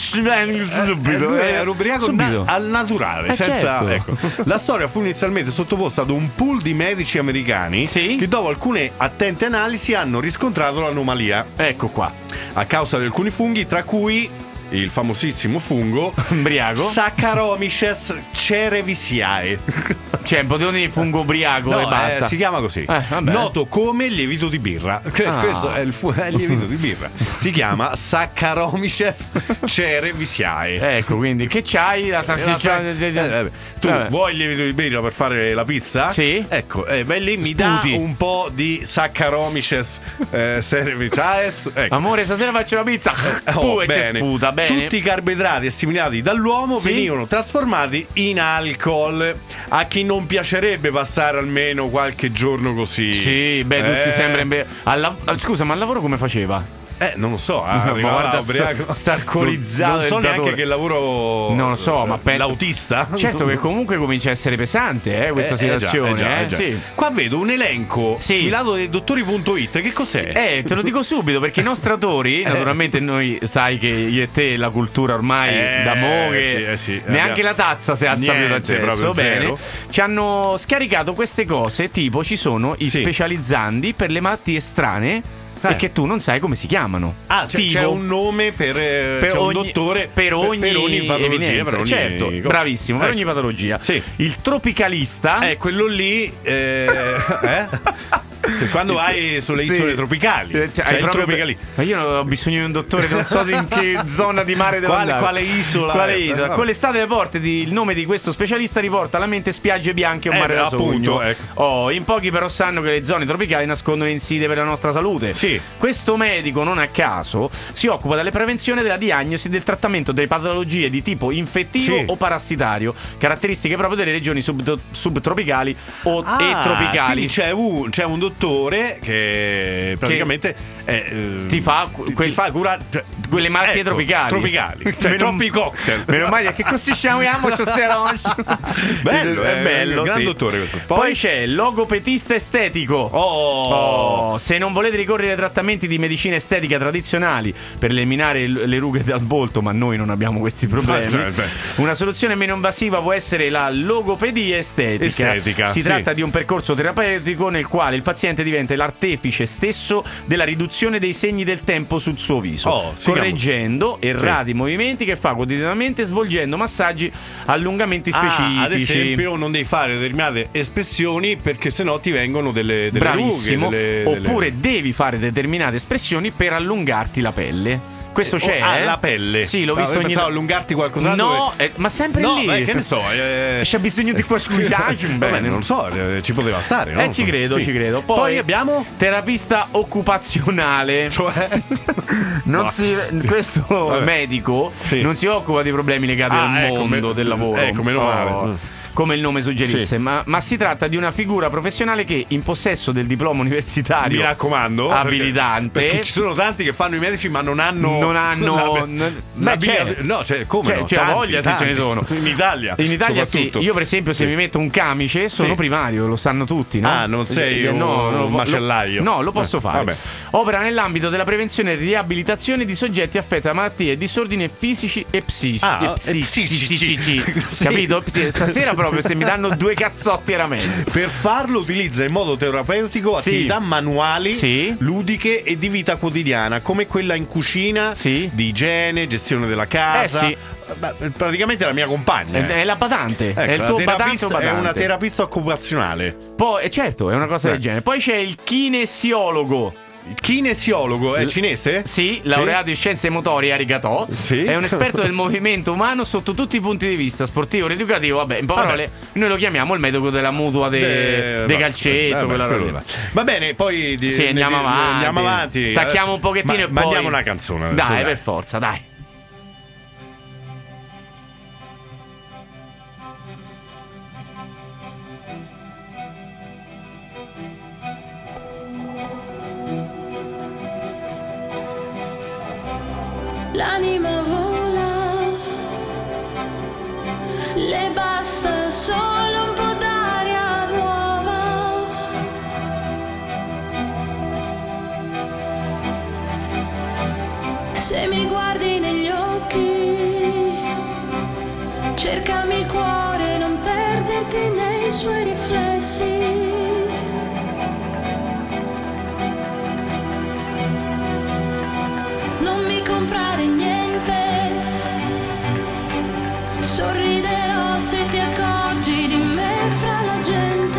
Subito. Lui era ubriaco Subito. na- al naturale, Eh, senza, certo. ecco. La storia fu inizialmente sottoposta ad un pool di medici americani Sì. che dopo alcune attente analisi hanno riscontrato l'anomalia Ecco qua. a causa di alcuni funghi, tra cui il famosissimo fungo Ubriaco. Saccharomyces cerevisiae. Cioè, potevo dire fungo ubriaco No, e basta. eh, si chiama così, Eh, vabbè. noto come lievito di birra. Que- Ah. Questo è il, fu- è il lievito di birra. Si chiama Saccharomyces cerevisiae. Ecco, quindi che c'hai? La Eh, salsiccia. eh, vabbè. Tu Vabbè. vuoi il lievito di birra per fare la pizza? Sì. Ecco, eh, beh, lì mi dà Sputi. un po' di Saccharomyces eh, cerevisiae. Ecco. Amore, stasera faccio la pizza. Oh, Puh, e c'è bene. sputa, bene. Tutti i carboidrati assimilati dall'uomo Sì. venivano trasformati in alcol. A chi non piacerebbe passare almeno qualche giorno così? Sì, beh, tutti Eh, sembra. imbe- al lav- Scusa, ma al lavoro come faceva? Eh, non lo so. Ma arrivava guarda, ubriaco. sta- sta alcolizzato Non, non so il neanche datore. che lavoro. Non lo so, ma pen- L'autista? Certo che comunque comincia a essere pesante, eh, questa Eh, eh, già, situazione, eh, già, eh, eh, già. sì. Qua vedo un elenco Sì. sfilato dei dottori punto it. Che cos'è? Eh, te lo dico subito perché i nostri autori, naturalmente noi sai che io e te la cultura ormai Eh, da mo' che sì, eh, sì, neanche abbiamo- la tazza si alza più Niente, d'accesso, proprio bene. zero. Ci hanno scaricato queste cose, tipo ci sono i Sì. specializzandi per le malattie strane Eh. e che tu non sai come si chiamano. Ah, c'è, Tipo- c'è un nome per, eh, per c'è ogni, un dottore per ogni, per ogni patologia, evidenza, per ogni- certo, bravissimo, per Ecco. ogni patologia. Sì. Il tropicalista Eh, quello lì eh, eh? Che quando vai sulle Sì. isole tropicali, Eh, cioè cioè, hai il proprio- tropicali. Ma io non ho bisogno di un dottore, non so in che zona di mare devo Quale- andare. quale isola Quale è? isola? Eh, Con l'estate alle porte di- il nome di questo specialista riporta alla mente spiagge bianche e un Eh, mare da appunto, sogno. ecco. Oh, in pochi però sanno che le zone tropicali nascondono insidie per la nostra salute. Sì. Questo medico, non a caso, si occupa della prevenzione, della diagnosi e del trattamento delle patologie di tipo infettivo Sì. o parassitario, caratteristiche proprio delle regioni sub- subtropicali o Ah, e tropicali. quindi c'è un, c'è un dottore dottore che praticamente eh, eh, ti fa ti, quel- ti fa curare cioè, quelle malattie ecco, tropicali. tropicali, cioè Meno- troppi cocktail. Meno male che così sciamiamo stasera oggi. Bello, è eh, bello, gran sì. dottore questo. Poi, Poi- c'è logopedista estetico. Oh, Oh, se non volete ricorrere ai trattamenti di medicina estetica tradizionali per eliminare l- le rughe dal volto, ma noi non abbiamo questi problemi, Ah, cioè, beh. una soluzione meno invasiva può essere la logopedia estetica. Estetica, si sì. tratta di un percorso terapeutico nel quale il paziente diventa l'artefice stesso della riduzione dei segni del tempo sul suo viso, Oh, si correggendo errati movimenti che fa quotidianamente, svolgendo massaggi allungamenti specifici. Ah, ad esempio non devi fare determinate espressioni perché sennò ti vengono delle, delle Bravissimo. rughe, delle- delle- Oppure devi fare determinate espressioni per allungarti la pelle. Questo c'è, Oh, ah, eh? la pelle. Sì, l'ho Ah, visto io ogni pensavo allungarti qualcos'altro No, che- eh, ma sempre No, lì. beh, che ne so, eh, C'è bisogno di qualcos'altro. Vabbè, Bene. non so, eh, ci poteva stare, no? Eh, ci credo, Sì. ci credo. Poi, Poi abbiamo terapista occupazionale. cioè Non No. si, questo Vabbè. medico Sì. non si occupa di problemi legati Ah, al ecco, mondo me- del lavoro. ecco, meno male. Oh, Mm. come il nome suggerisse, Sì. ma, ma si tratta di una figura professionale che, in possesso del diploma universitario mi raccomando abilitante, perché, perché ci sono tanti che fanno i medici ma non hanno non hanno. la- n- la beh, c'è. via- no, cioè come C'è, no? c'è Tanti, voglia se tanti. ce ne sono. in Italia In Italia sì. soprattutto. Io per esempio se Sì. mi metto un camice sono Sì. primario, lo sanno tutti, no? Ah, non sei Eh, un- no, no, un lo- macellaio. No, lo posso Eh, fare. vabbè. Opera nell'ambito della prevenzione e riabilitazione di soggetti affetti da malattie e disordini fisici e psichici. Ah, e e psichici. psichici. Sì. Capito? Sì, Stasera proprio se mi danno due cazzotti era meglio. Per farlo utilizza in modo terapeutico Sì. attività manuali, Sì. ludiche e di vita quotidiana, come quella in cucina, Sì. di igiene, gestione della casa. Eh, sì. Beh, praticamente è la mia compagna. È, è la badante, Ecco, è il la tuo terapista- badante o badante. È una terapista occupazionale. Poi, eh, certo, è una cosa Eh. del genere. Poi c'è il kinesiologo. Il kinesiologo è L- cinese? Sì, laureato in scienze motorie arigato. Sì. È un esperto del movimento umano sotto tutti i punti di vista, sportivo, rieducativo. Vabbè, in poche Vabbè. parole, noi lo chiamiamo il medico della mutua de, Eh, de vabbè, calcetto. vabbè, quella roba quello lì. là. Va bene, poi di- Sì, andiamo ne- di- avanti. andiamo avanti. Stacchiamo Adesso- un pochettino ma- e poi. mandiamo una canzone adesso, Dai, dai. per forza, dai. L'anima vola, le basta solo un po' d'aria nuova. Se mi guardi negli occhi, cercami il cuore, non perderti nei suoi riflessi. Non mi comprare niente, sorriderò se ti accorgi di me fra la gente.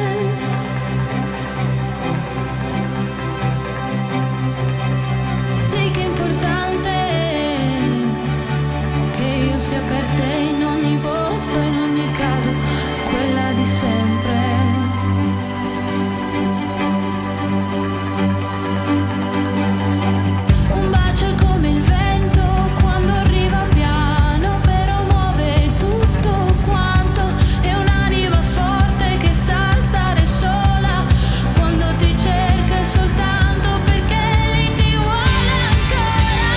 Sì che è importante che io sia per te in ogni posto, in ogni caso, quella di sempre. Un bacio è come il vento quando arriva piano, però muove tutto quanto. È un'anima forte che sa stare sola quando ti cerca soltanto perché lei ti vuole ancora.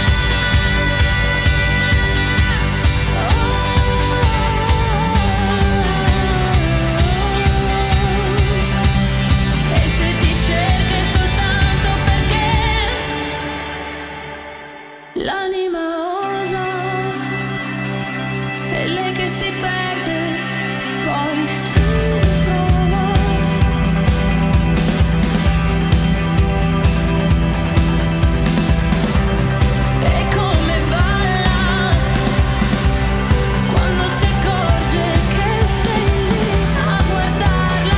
Oh. E se ti cerca è soltanto perché l'anima osa, è lei che si perde, poi si ritrova. E come balla quando si accorge che sei lì a guardarla.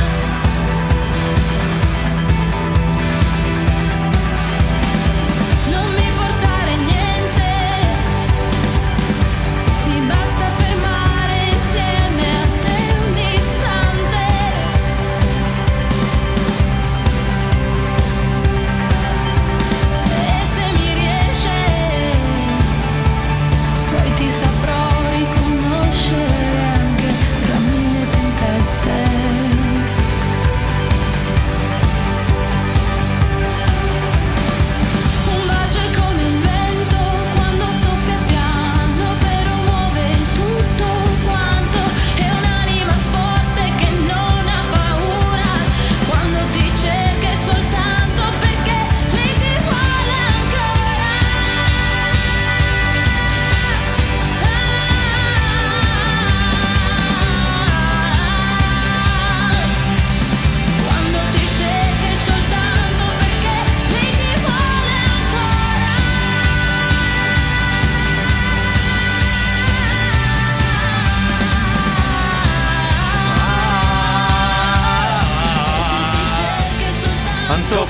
Non mi portare niente, mi basta fermare canto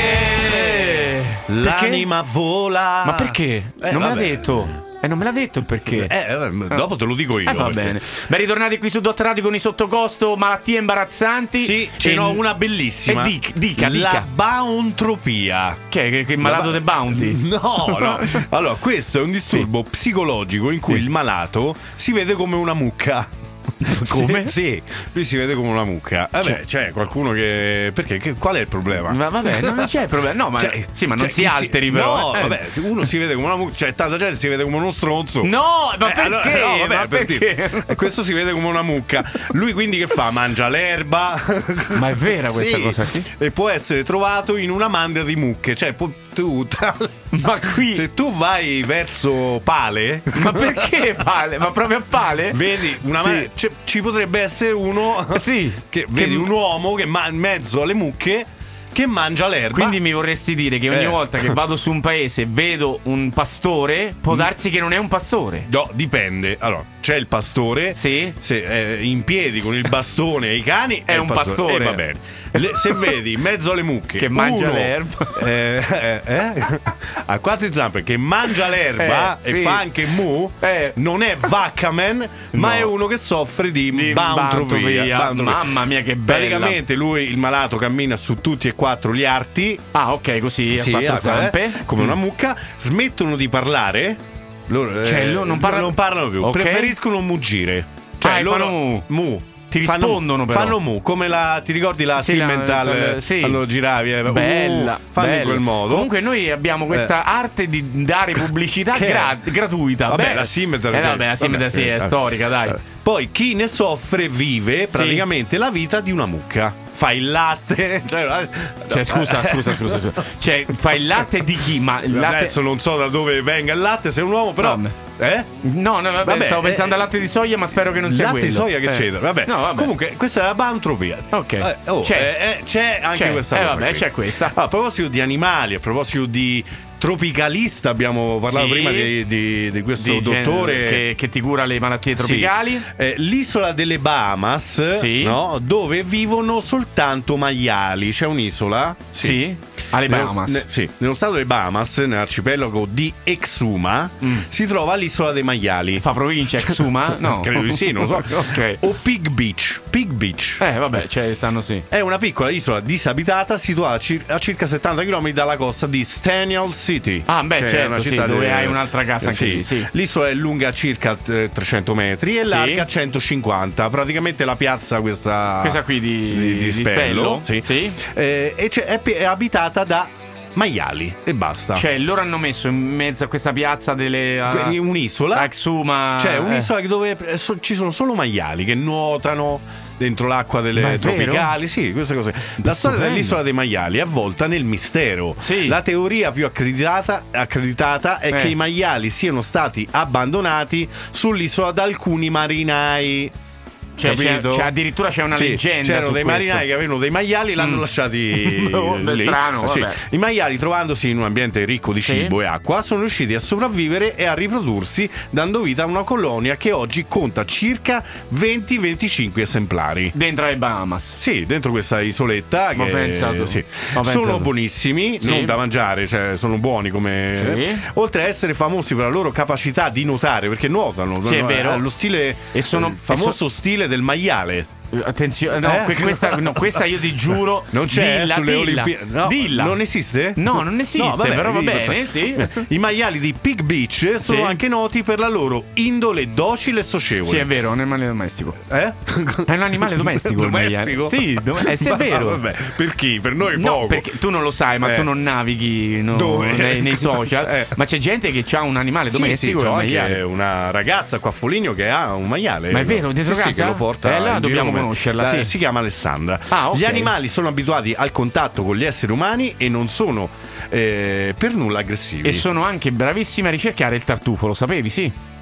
perché L'anima vola. Ma perché? Eh, non me l'ha vabbè. detto. E non me l'ha detto il perché. Eh, eh, dopo te lo dico io. Eh, va perché- bene. Ben ritornati qui su Dot Radio con i sottocosto, malattie imbarazzanti. Sì, ce E- n'ho una bellissima. E dica, dica, La dica. bauntropia. Che, che, che malato La- de Bounty? No, no. Allora, questo è un disturbo psicologico in cui Sì. il malato si vede come una mucca. Come? Sì, sì, lui si vede come una mucca. Vabbè, Cioè- c'è qualcuno che. Perché? Che- qual è il problema? Ma vabbè, non c'è problema. No, ma Cioè, sì, ma non cioè, si alteri, però. No, eh. vabbè, uno si vede come una mucca, cioè tanta gente si vede come uno stronzo. No, ma Eh, perché? allora, no, vabbè, Ma per perché? dire. E questo si vede come una mucca. Lui quindi che fa? Mangia l'erba. Ma è vera questa Sì. cosa qui? E può essere trovato in una mandria di mucche. Cioè, può- tu tra- Ma qui. se tu vai verso Pale, Ma perché Pale? Ma proprio a Pale? vedi una Sì. man- ci- ci potrebbe essere uno Sì. che vedi Che- un uomo che ma- in mezzo alle mucche che mangia l'erba. Quindi mi vorresti dire che ogni Eh. volta che vado su un paese e vedo un pastore, può darsi che non è un pastore. No, dipende. Allora, c'è il pastore. Sì? Se è in piedi con il bastone e i cani È il un pastore. E va bene. Le- se vedi in mezzo alle mucche Che mangia uno, l'erba. eh, eh, eh, a quattro zampe che mangia l'erba Eh, e sì. fa anche mu, Eh. non è vaccaman, ma No. è uno che soffre di, Di bauntropia. bauntropia. Bauntropia. Mamma mia, che bella. Praticamente lui, il malato, cammina su tutti e quattro gli arti. Ah, ok, così a Sì, quattro ah, zampe. eh, come una Mm. mucca, smettono di parlare. Loro, Cioè, eh, loro non parla- non parlano più, Ok. preferiscono muggire. Cioè, Ah, e loro fanno mu. Ti Fanno- rispondono, però. Fanno mu, come la ti ricordi la Sì, la- Simmental la- sì. quando giravi, eh, Bella, uh, fanno bella. in quel modo. Comunque noi abbiamo questa arte di dare pubblicità Che è? gra- gratuita. Vabbè, Beh, la Simmental Eh, che- vabbè, la Simmental vabbè, sì, è eh, storica, dai. eh. Poi chi ne soffre vive praticamente la vita di una mucca. Fa il latte, cioè, la- Cioè, scusa, scusa, scusa, scusa. Cioè, fai il latte di chi? Ma il latte. Adesso non so da dove venga il latte, sei un uomo, però Vabbè. eh? No, no, vabbè, Vabbè, stavo pensando eh, al latte di soia, ma spero che non sia latte quello. di soia che Eh. c'entra, vabbè. No, vabbè. Comunque questa è la bauntropia. Ok. Eh, oh, C'è. eh, eh, c'è anche C'è. questa Eh, cosa vabbè, qui. c'è questa. Ah, a proposito di animali, a proposito di tropicalista, abbiamo parlato Sì. prima di, di- di questo Di gen- dottore che, che ti cura le malattie tropicali. Sì. Eh, l'isola delle Bahamas, Sì. no? Dove vivono soltanto maiali. C'è un'isola? Sì. Alle Nello- Bahamas. ne- sì, nello stato delle Bahamas, nell'arcipelago di Exuma, Mm. si trova l'isola dei maiali. Fa provincia Exuma? No. Credo di sì, non lo so. Ok. O Pig Beach. Pig Beach. Eh, vabbè, cioè, stanno sì. È una piccola isola disabitata situata a cir- a circa settanta chilometri dalla costa di Staniel City. Ah, beh, che è certo, una sì, città dove de- hai un'altra casa anche lì, sì. L'isola è lunga circa eh, trecento metri e Sì. larga centocinquanta. Praticamente la piazza questa, Questa qui di- di, di Spello, sì. sì. Eh, e c'è- è, pi- è abitata da maiali e basta. Cioè, loro hanno messo in mezzo a questa piazza delle. Que- Uh, un'isola. Exuma. Cioè, eh. un'isola dove eh, so- ci sono solo maiali che nuotano dentro l'acqua Ma delle è tropicali. Sì, queste cose. La storia stupendo. dell'isola dei maiali è avvolta nel mistero. Sì. La teoria più accreditata, accreditata è Eh. che i maiali siano stati abbandonati sull'isola da alcuni marinai. Cioè, c'è, capito? c'è- addirittura c'è una Sì, leggenda. c'erano su dei questo. marinai che avevano dei maiali e l'hanno Mm. lasciati Oh, beh, lì. strano, Sì. vabbè. I maiali, trovandosi in un ambiente ricco di Sì. cibo e acqua, sono riusciti a sopravvivere e a riprodursi, dando vita a una colonia che oggi conta circa venti venticinque esemplari. Dentro ai Bahamas. Sì, dentro questa isoletta Ma che pensa tu. sì. Ma pensa sono tu. buonissimi, Sì. non da mangiare, cioè sono buoni come Sì. oltre a essere famosi per la loro capacità di nuotare, perché nuotano, Sì, è vero. lo stile E sono- il famoso e so- stile del maiale. Attenzione, no, Eh? que- questa, no, questa io ti giuro. Non c'è dilla, sulle dilla, Olimpiadi. No, dilla. non esiste? No, non esiste, No, vabbè, però va vi- bene, sì. I maiali di Pig Beach sono Sì. anche noti per la loro indole docile e socievole. Sì, è vero, è un animale domestico. Eh? È un animale domestico il maiale. Domestico? Sì, do- eh, sì, è Ma vero. Vabbè, per chi? Per noi No, poco. perché tu non lo sai, ma Eh. tu non navighi no, Dove? nei, nei social. Eh. Ma c'è gente che ha un animale Sì, domestico sì, e c'ho un anche maiale. una ragazza qua a Foligno che ha un maiale. Ma è vero, dietro Sì, sì, casa? che lo porta Eh, allora in dobbiamo giro come- conoscerla, La- sì. Si chiama Alessandra. Ah, ok. Gli animali sono abituati al contatto con gli esseri umani e non sono eh, per nulla aggressivi. E sono anche bravissime a ricercare il tartufo, lo sapevi? Sì.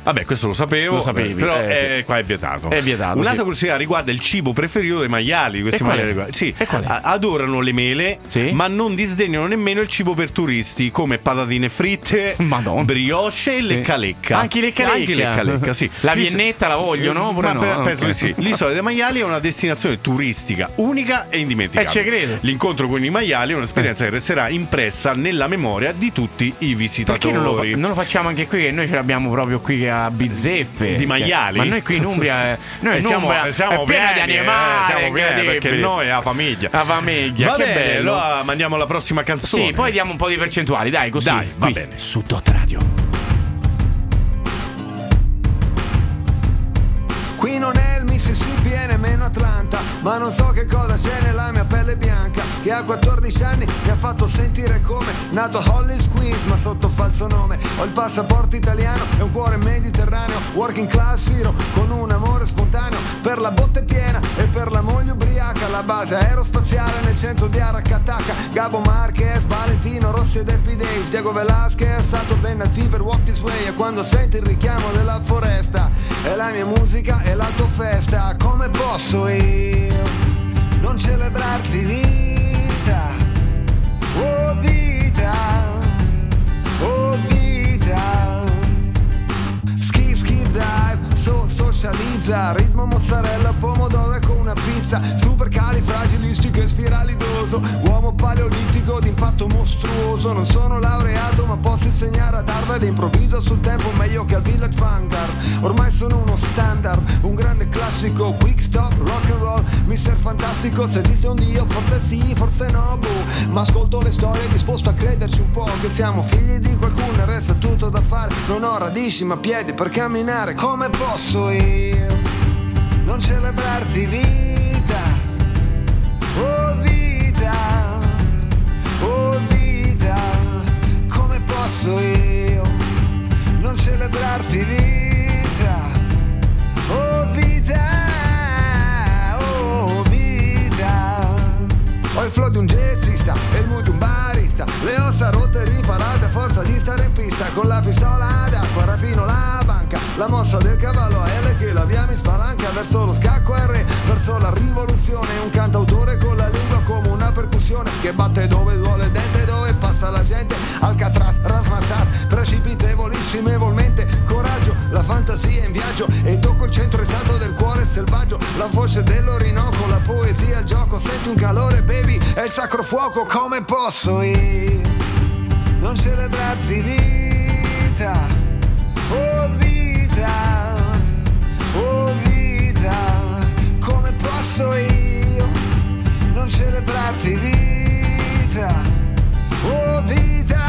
Vabbè, questo lo sapevo. Lo sapevi, però eh, eh, sì. qua è vietato. È vietato, Un'altra sì. curiosità riguarda il cibo preferito dei maiali. Questi E qual è? maiali, sì, E qual è? a- adorano le mele, Sì. ma non disdegnano nemmeno il cibo per turisti, come patatine fritte, Madonna. brioche e Sì. lecca lecca. Anche i lecca lecca. Anche i lecca lecca, sì. La L'iso- viennetta la vogliono, oppure Ma no? pe- Ah, penso ok. di sì. L'isola dei maiali è una destinazione turistica unica e indimenticabile. Eh, ci credo. L'incontro con i maiali è un'esperienza che resterà impressa nella memoria di tutti i visitatori. Perché non lo, fa- non lo facciamo anche qui? Che noi ce l'abbiamo proprio qui a bizzeffe. Di maiali? Ma noi qui in Umbria, eh, noi Eh, in siamo, Umbria siamo è pieno di pieni, eh, animali. siamo pieni, perché incredibile. noi è la famiglia. La famiglia, Va che bene, bello. allora mandiamo la prossima canzone. Sì, poi diamo un po' di percentuali, dai, così. Dai, va qui, bene. Su Dot Radio. Qui non è il Mississippi e nemmeno Atlanta, ma non so che cosa c'è nella mia pelle bianca, che a quattordici anni mi ha fatto sentire come nato a Hollis Queens, ma sotto falso nome. Ho il passaporto italiano e un cuore mediterraneo, working class hero con un amore spontaneo per la botte piena e per la moglie ubriaca. La base aerospaziale nel centro di Aracataca, Gabo Marquez, Valentino Rossi ed Happy Days, Diego Velasquez, Saturday Night Fever, Walk This Way. E quando senti il richiamo della foresta, è la mia musica e la tua festa. Come posso io non celebrarti vita? Oh vita, oh vita. Skip, skip, dive, so, socializza, ritmo mozzarella, pomodoro e con una pizza, super califragilistico e spiralidoso, uomo paleolitico d'impatto mostruoso. Non sono laureato ma posso insegnare ad Harvard, improvviso sul tempo meglio che al Village Vanguard. Ormai sono uno standard, un grande classico, quick stop, rock and roll, mister Fantastico. Se esiste un Dio forse sì, forse no, boh. Ma ascolto le storie disposto a crederci un po', che siamo figli di qualcuno e resta tutto da fare. Non ho radici ma piedi per camminare. Come posso io non celebrarti vita? Oh vita, oh vita. Come posso io non celebrarti vita? Oh vita, oh vita. Ho il flow di un jazzista e il mood di un barista, le ossa rotte riparate a forza di stare in pista. Con la pistola d'acqua rapino la banca, la mossa del cavallo a L che la via mi spalanca. Verso lo scacco R, verso la rivoluzione, un cantautore con la lingua come una percussione, che batte dove duole il dente, dove passa la gente. Alcatraz, rasmatas, precipitevolissimevolmente, coraggio, la fantasia in viaggio, e tocco il centro esatto del cuore selvaggio. La voce dell'Orinoco, la poesia, il gioco, senti un calore baby, è il sacro fuoco. Come posso io non celebrarti vita? Oh vita, oh vita. Come posso io non celebrarti vita? Oh vita,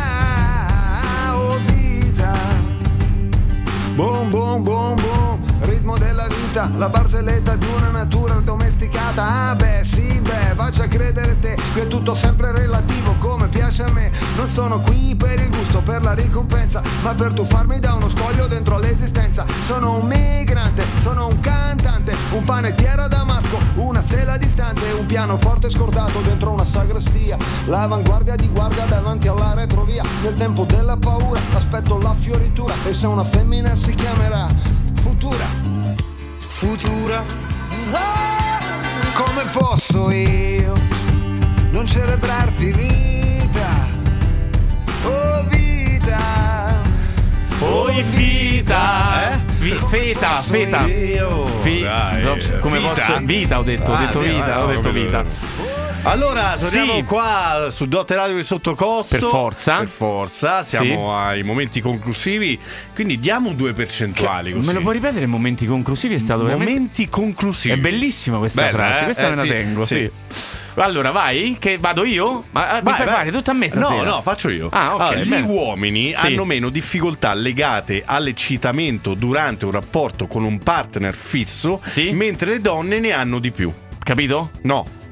oh vita. Boom, boom, boom, boom, ritmo della vita, la barzelletta di una natura domesticata. Ah beh, sì, beh, faccia credere te che è tutto sempre relativo, come piace a me. Non sono qui per il gusto, per la ricompensa, ma per tuffarmi da uno scoglio dentro l'esistenza. Sono un migrante, sono un cantante, un panettiere a Damasco, una stella distante, un pianoforte scordato dentro una sagrestia, l'avanguardia di guardia davanti alla retrovia. Nel tempo della paura aspetto la fioritura, e se una femmina si chiamerà Futura, Futura. Come posso io non celebrarti vita? Oh vita, Oi vita, eh? Vi- feta, feta. Fi- dai, so- come vita. posso vita ho detto, ho Ah, detto sì, vita, ah, ho no, detto capito. vita. Allora, torniamo Sì. qua su Dot Radio di Sottocosto. Per forza. Per forza, siamo Sì. ai momenti conclusivi, quindi diamo due percentuali così. Me lo puoi ripetere? Momenti conclusivi è stato veramente... Momenti conclusivi. È bellissima questa Bella, frase, eh? questa Eh, me la sì, tengo, sì. sì. Allora, vai, che vado io? Ma eh, mi Vai, fai vai. fare tutto a me stasera? No, no, faccio io. Ah, ok, Allora, gli bene. uomini Sì. hanno meno difficoltà legate all'eccitamento durante un rapporto con un partner fisso, Sì. mentre le donne ne hanno di più. Capito? No,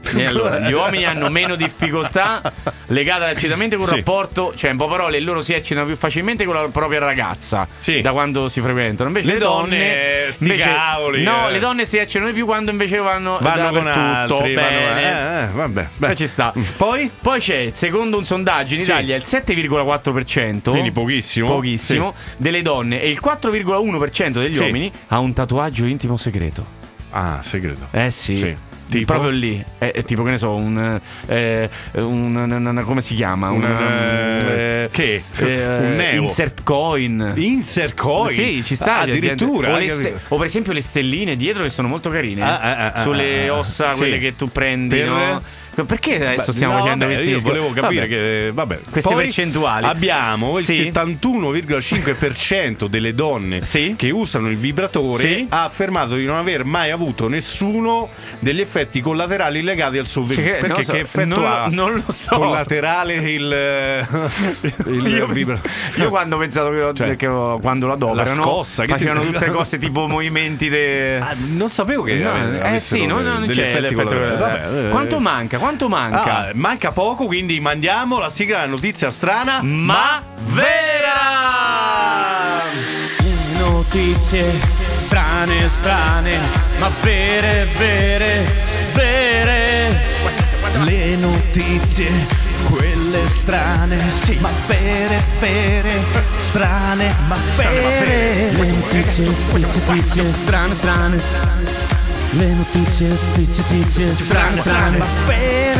E allora, gli uomini hanno meno difficoltà legate all'eccitamento con un Sì. rapporto, cioè in poche parole loro si eccitano più facilmente con la propria ragazza, Sì. da quando si frequentano. Invece Le le, donne, donne, sti invece, cavoli, no, eh. le donne si eccitano di più quando invece vanno, Vanno con dappertutto. altri, vanno- Bene. eh, eh, vabbè, Poi beh. ci sta. Poi? Poi c'è, secondo un sondaggio in Sì. Italia, il sette virgola quattro per cento, Quindi pochissimo. pochissimo, delle donne e il quattro virgola uno per cento degli Sì. uomini ha un tatuaggio intimo segreto. Ah, segreto. Eh sì. Sì. Tipo? Proprio lì, è, è tipo che ne so, un, eh, un, un- un- come si chiama? Un, Un, eh, che? eh, Un neo? insert coin. Insert coin? Sì, ci sta. Ah, addirittura. O, hai le capito. ste- o per esempio le stelline dietro che sono molto carine. Ah, ah, ah, sulle ah, ah, ossa, sì. quelle che tu prendi, Per- no? Perché adesso Beh, stiamo no, facendo vabbè, questi io discorsi? volevo capire Vabbè. che vabbè. Queste Poi percentuali. abbiamo il Sì. settantuno virgola cinque per cento delle donne Sì. che usano il vibratore Sì. ha affermato di non aver mai avuto nessuno degli effetti collaterali legati al suo Cioè, vibratore. che- Perché non so, che effetto non lo- ha non lo so. collaterale il, il io, vibratore? io quando ho pensato che, lo- Cioè, che lo- quando lo adoperano la scossa, che facevano ti- tutte cose tipo movimenti de... Ah, non sapevo che No, ave- eh avessero sì, no, de- no, non degli c'è effetti l'effetto collaterali. collaterale. Vabbè, eh. Quanto manca? Quanto manca? Ah, manca poco, quindi mandiamo la sigla della notizia strana Ma vera! Notizie strane, strane, ma vere, vere, vere. Le notizie, quelle strane, sì, ma vere, vere, strane, ma vere. Le notizie, notizie, notizie, strane, strane. Le notizie, notizie, notizie, strane, strane, ma vere.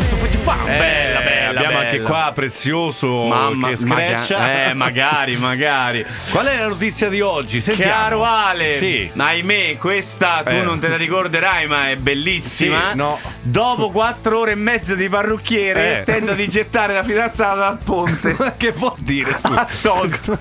Bella, bella, abbiamo bella. anche qua Prezioso Mamma, che screccia. maga- eh, magari, magari. Qual è la notizia di oggi? Sentiamo. Caro Ale, Sì. ahimè, questa tu Eh. non te la ricorderai, ma è bellissima. Sì, no. Dopo quattro ore e mezza di parrucchiere, Eh. tenta di gettare la fidanzata dal ponte. Che vuol dire? Scusa. Assolto.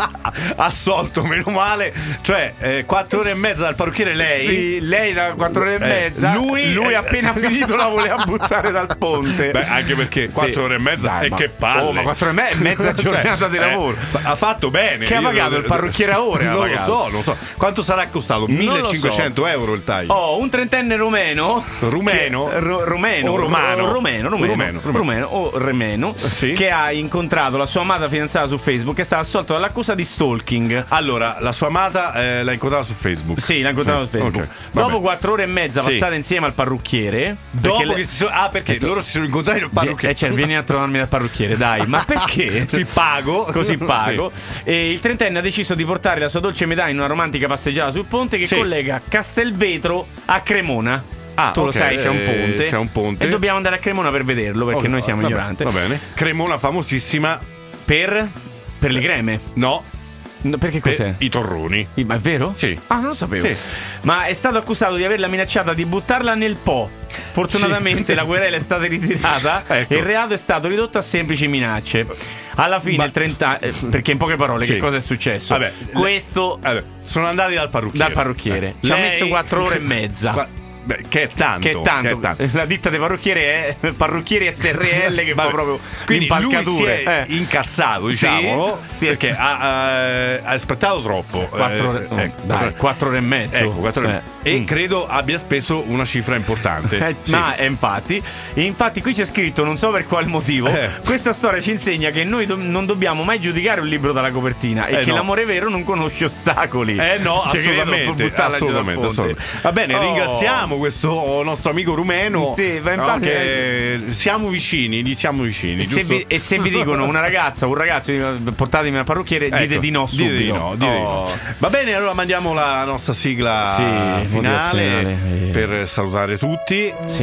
Assolto, meno male. Cioè, eh, quattro ore e mezza dal parrucchiere lei. Sì, lei da quattro ore e Eh, mezza. lui- lui eh, appena finito la voleva buttare dal ponte. Beh, anche perché quattro Sì. ore e mezza Dai, e ma- che palle. Oh, ma quattro ore e me- mezza giornata di lavoro. Ha fatto bene. Che ha Io- pagato il parrucchiere a ore, ha Non lo pagato. so, non lo so. Quanto sarà costato? Non lo so. millecinquecento euro il taglio. Oh, un trentenne rumeno. Rumeno? che- ru- rumeno. O romano? Ru- Rumeno, rumeno. Rumeno, rumeno. Rumeno o remeno. Sì. Che ha incontrato la sua amata fidanzata su Facebook e è stato assolto dall'accusa di stalking. Allora, la sua amata eh, l'ha incontrata su Facebook. Sì, l'ha incontrato Sì, su Facebook. ok, vabbè. Dopo quattro ore e mezza Sì. passate insieme al parrucchiere. Dopo perché le- che si sono... Ah, perché loro si sono incontrati nel parrucchiere. Eh, cioè, vieni a trovarmi dal parrucchiere, dai. Ma perché? Sì, pago. Così pago. Sì. E il trentenne ha deciso di portare la sua dolce metà in una romantica passeggiata sul ponte che Sì. collega Castelvetro a Cremona. Ah, tu lo ok, sai, c'è un eh, ponte. c'è un ponte. E dobbiamo andare a Cremona per vederlo perché Oh, noi siamo va ignoranti. bene, Va bene. Cremona famosissima. Per? Per le creme. No. No, perché per cos'è? I torroni. Sì, ma è vero? Sì. Ah, non lo sapevo. Sì. Ma è stato accusato di averla minacciata di buttarla nel Po. Fortunatamente Sì. la querela è stata ritirata Ecco. e il reato è stato ridotto a semplici minacce. Alla fine Ma- il trenta eh, perché in poche parole Sì. che cosa è successo? Vabbè, Questo Allora, sono andati dal parrucchiere. dal parrucchiere. Ci ha Lei- messo quattro ore e mezza. Qua- beh, che è tanto. Che è tanto. che è tanto. La ditta dei parrucchieri è Parrucchieri S R L che fa Vabbè, proprio quindi lui si impalcature. è Eh. incazzato, Sì, diciamo, sì. perché ha, ha- ha aspettato troppo. Quattro ore, Eh, no, ecco, dai, quattro- quattro ore e mezzo. ecco, quattro ore- Eh. E Mm. credo abbia speso una cifra importante. Eh, Sì. Ma eh, infatti, e infatti qui c'è scritto, non so per quale motivo, Eh. questa storia ci insegna che noi do- non dobbiamo mai giudicare un libro dalla copertina e Eh, che no. l'amore vero non conosce ostacoli. Eh no, Cioè, credo, assolutamente, per buttarla giù dal assolutamente, ponte. assolutamente. Va bene, Oh. ringraziamo questo nostro amico rumeno. Sì, ma no, infatti- che siamo vicini, gli siamo vicini. E se, giusto? vi, e se vi dicono una ragazza o un ragazzo portatemi al parrucchiere, dite Ecco, di no subito. dite di no, dite di no. Oh. Va bene, allora mandiamo la nostra sigla Sì, finale motivazionale, eh. per salutare tutti. Sì,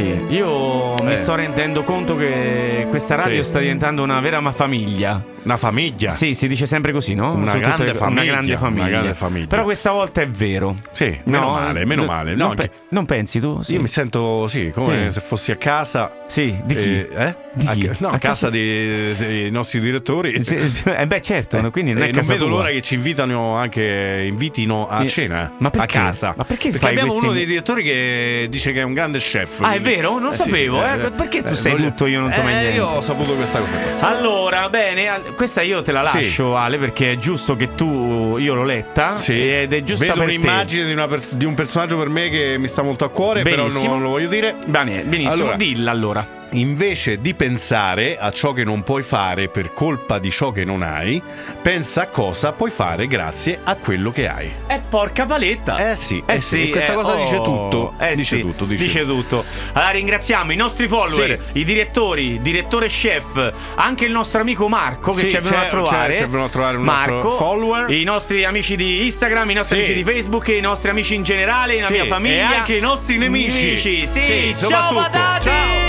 io Eh. mi sto rendendo conto che questa radio Sì. sta diventando una vera ma famiglia. Una famiglia. Sì, si dice sempre così, no? Una Su grande tutte- famiglia, Una grande famiglia. una grande famiglia. Però questa volta è vero. Sì, meno male, meno no, male. No, Non, anche- pe- non pensi tu? Sì. Io mi sento, sì, come Sì. se fossi a casa. Sì, di chi? Eh, eh? Di A- chi? no, a, A casa, casa- dei, dei nostri direttori. Sì, cioè, eh beh, certo, Eh, quindi non è eh, non casa vedo tua. l'ora che ci invitano anche invitino a Eh, cena ma perché? a casa. Ma perché Perché fai abbiamo questi- uno dei direttori che dice che è un grande chef. Ah, è quindi- vero? Non Eh, sì, sapevo, sì, eh. Perché tu sai voglio- tutto, io non so mai Eh, niente. Io ho saputo questa cosa qua. Allora, bene, al- questa io te la lascio, Sì. Ale, perché è giusto che tu. Io l'ho letta. Sì. Ed è giusta Vedo per un'immagine di, una per- di un personaggio per me che mi sta molto a cuore, Benissimo. però non lo voglio dire. Bene, benissimo. Allora, Dilla allora. invece di pensare a ciò che non puoi fare per colpa di ciò che non hai, pensa a cosa puoi fare grazie a quello che hai. Eh, porca paletta. Eh sì, Eh eh sì, sì, questa eh, cosa oh, dice tutto. eh dice sì, tutto, dice, dice tutto. Allora ringraziamo i nostri follower, Sì. i direttori, direttore chef, anche il nostro amico Marco che Sì, ci è venuto c'è- a trovare. c'è- ci è venuto a trovare un Marco, nostro follower. i nostri amici di Instagram, i nostri Sì. amici di Facebook, i nostri amici in generale, la Sì, mia famiglia e anche i nostri nemici. Nemici, sì. Sì, Ciao soprattutto. patate! Ciao.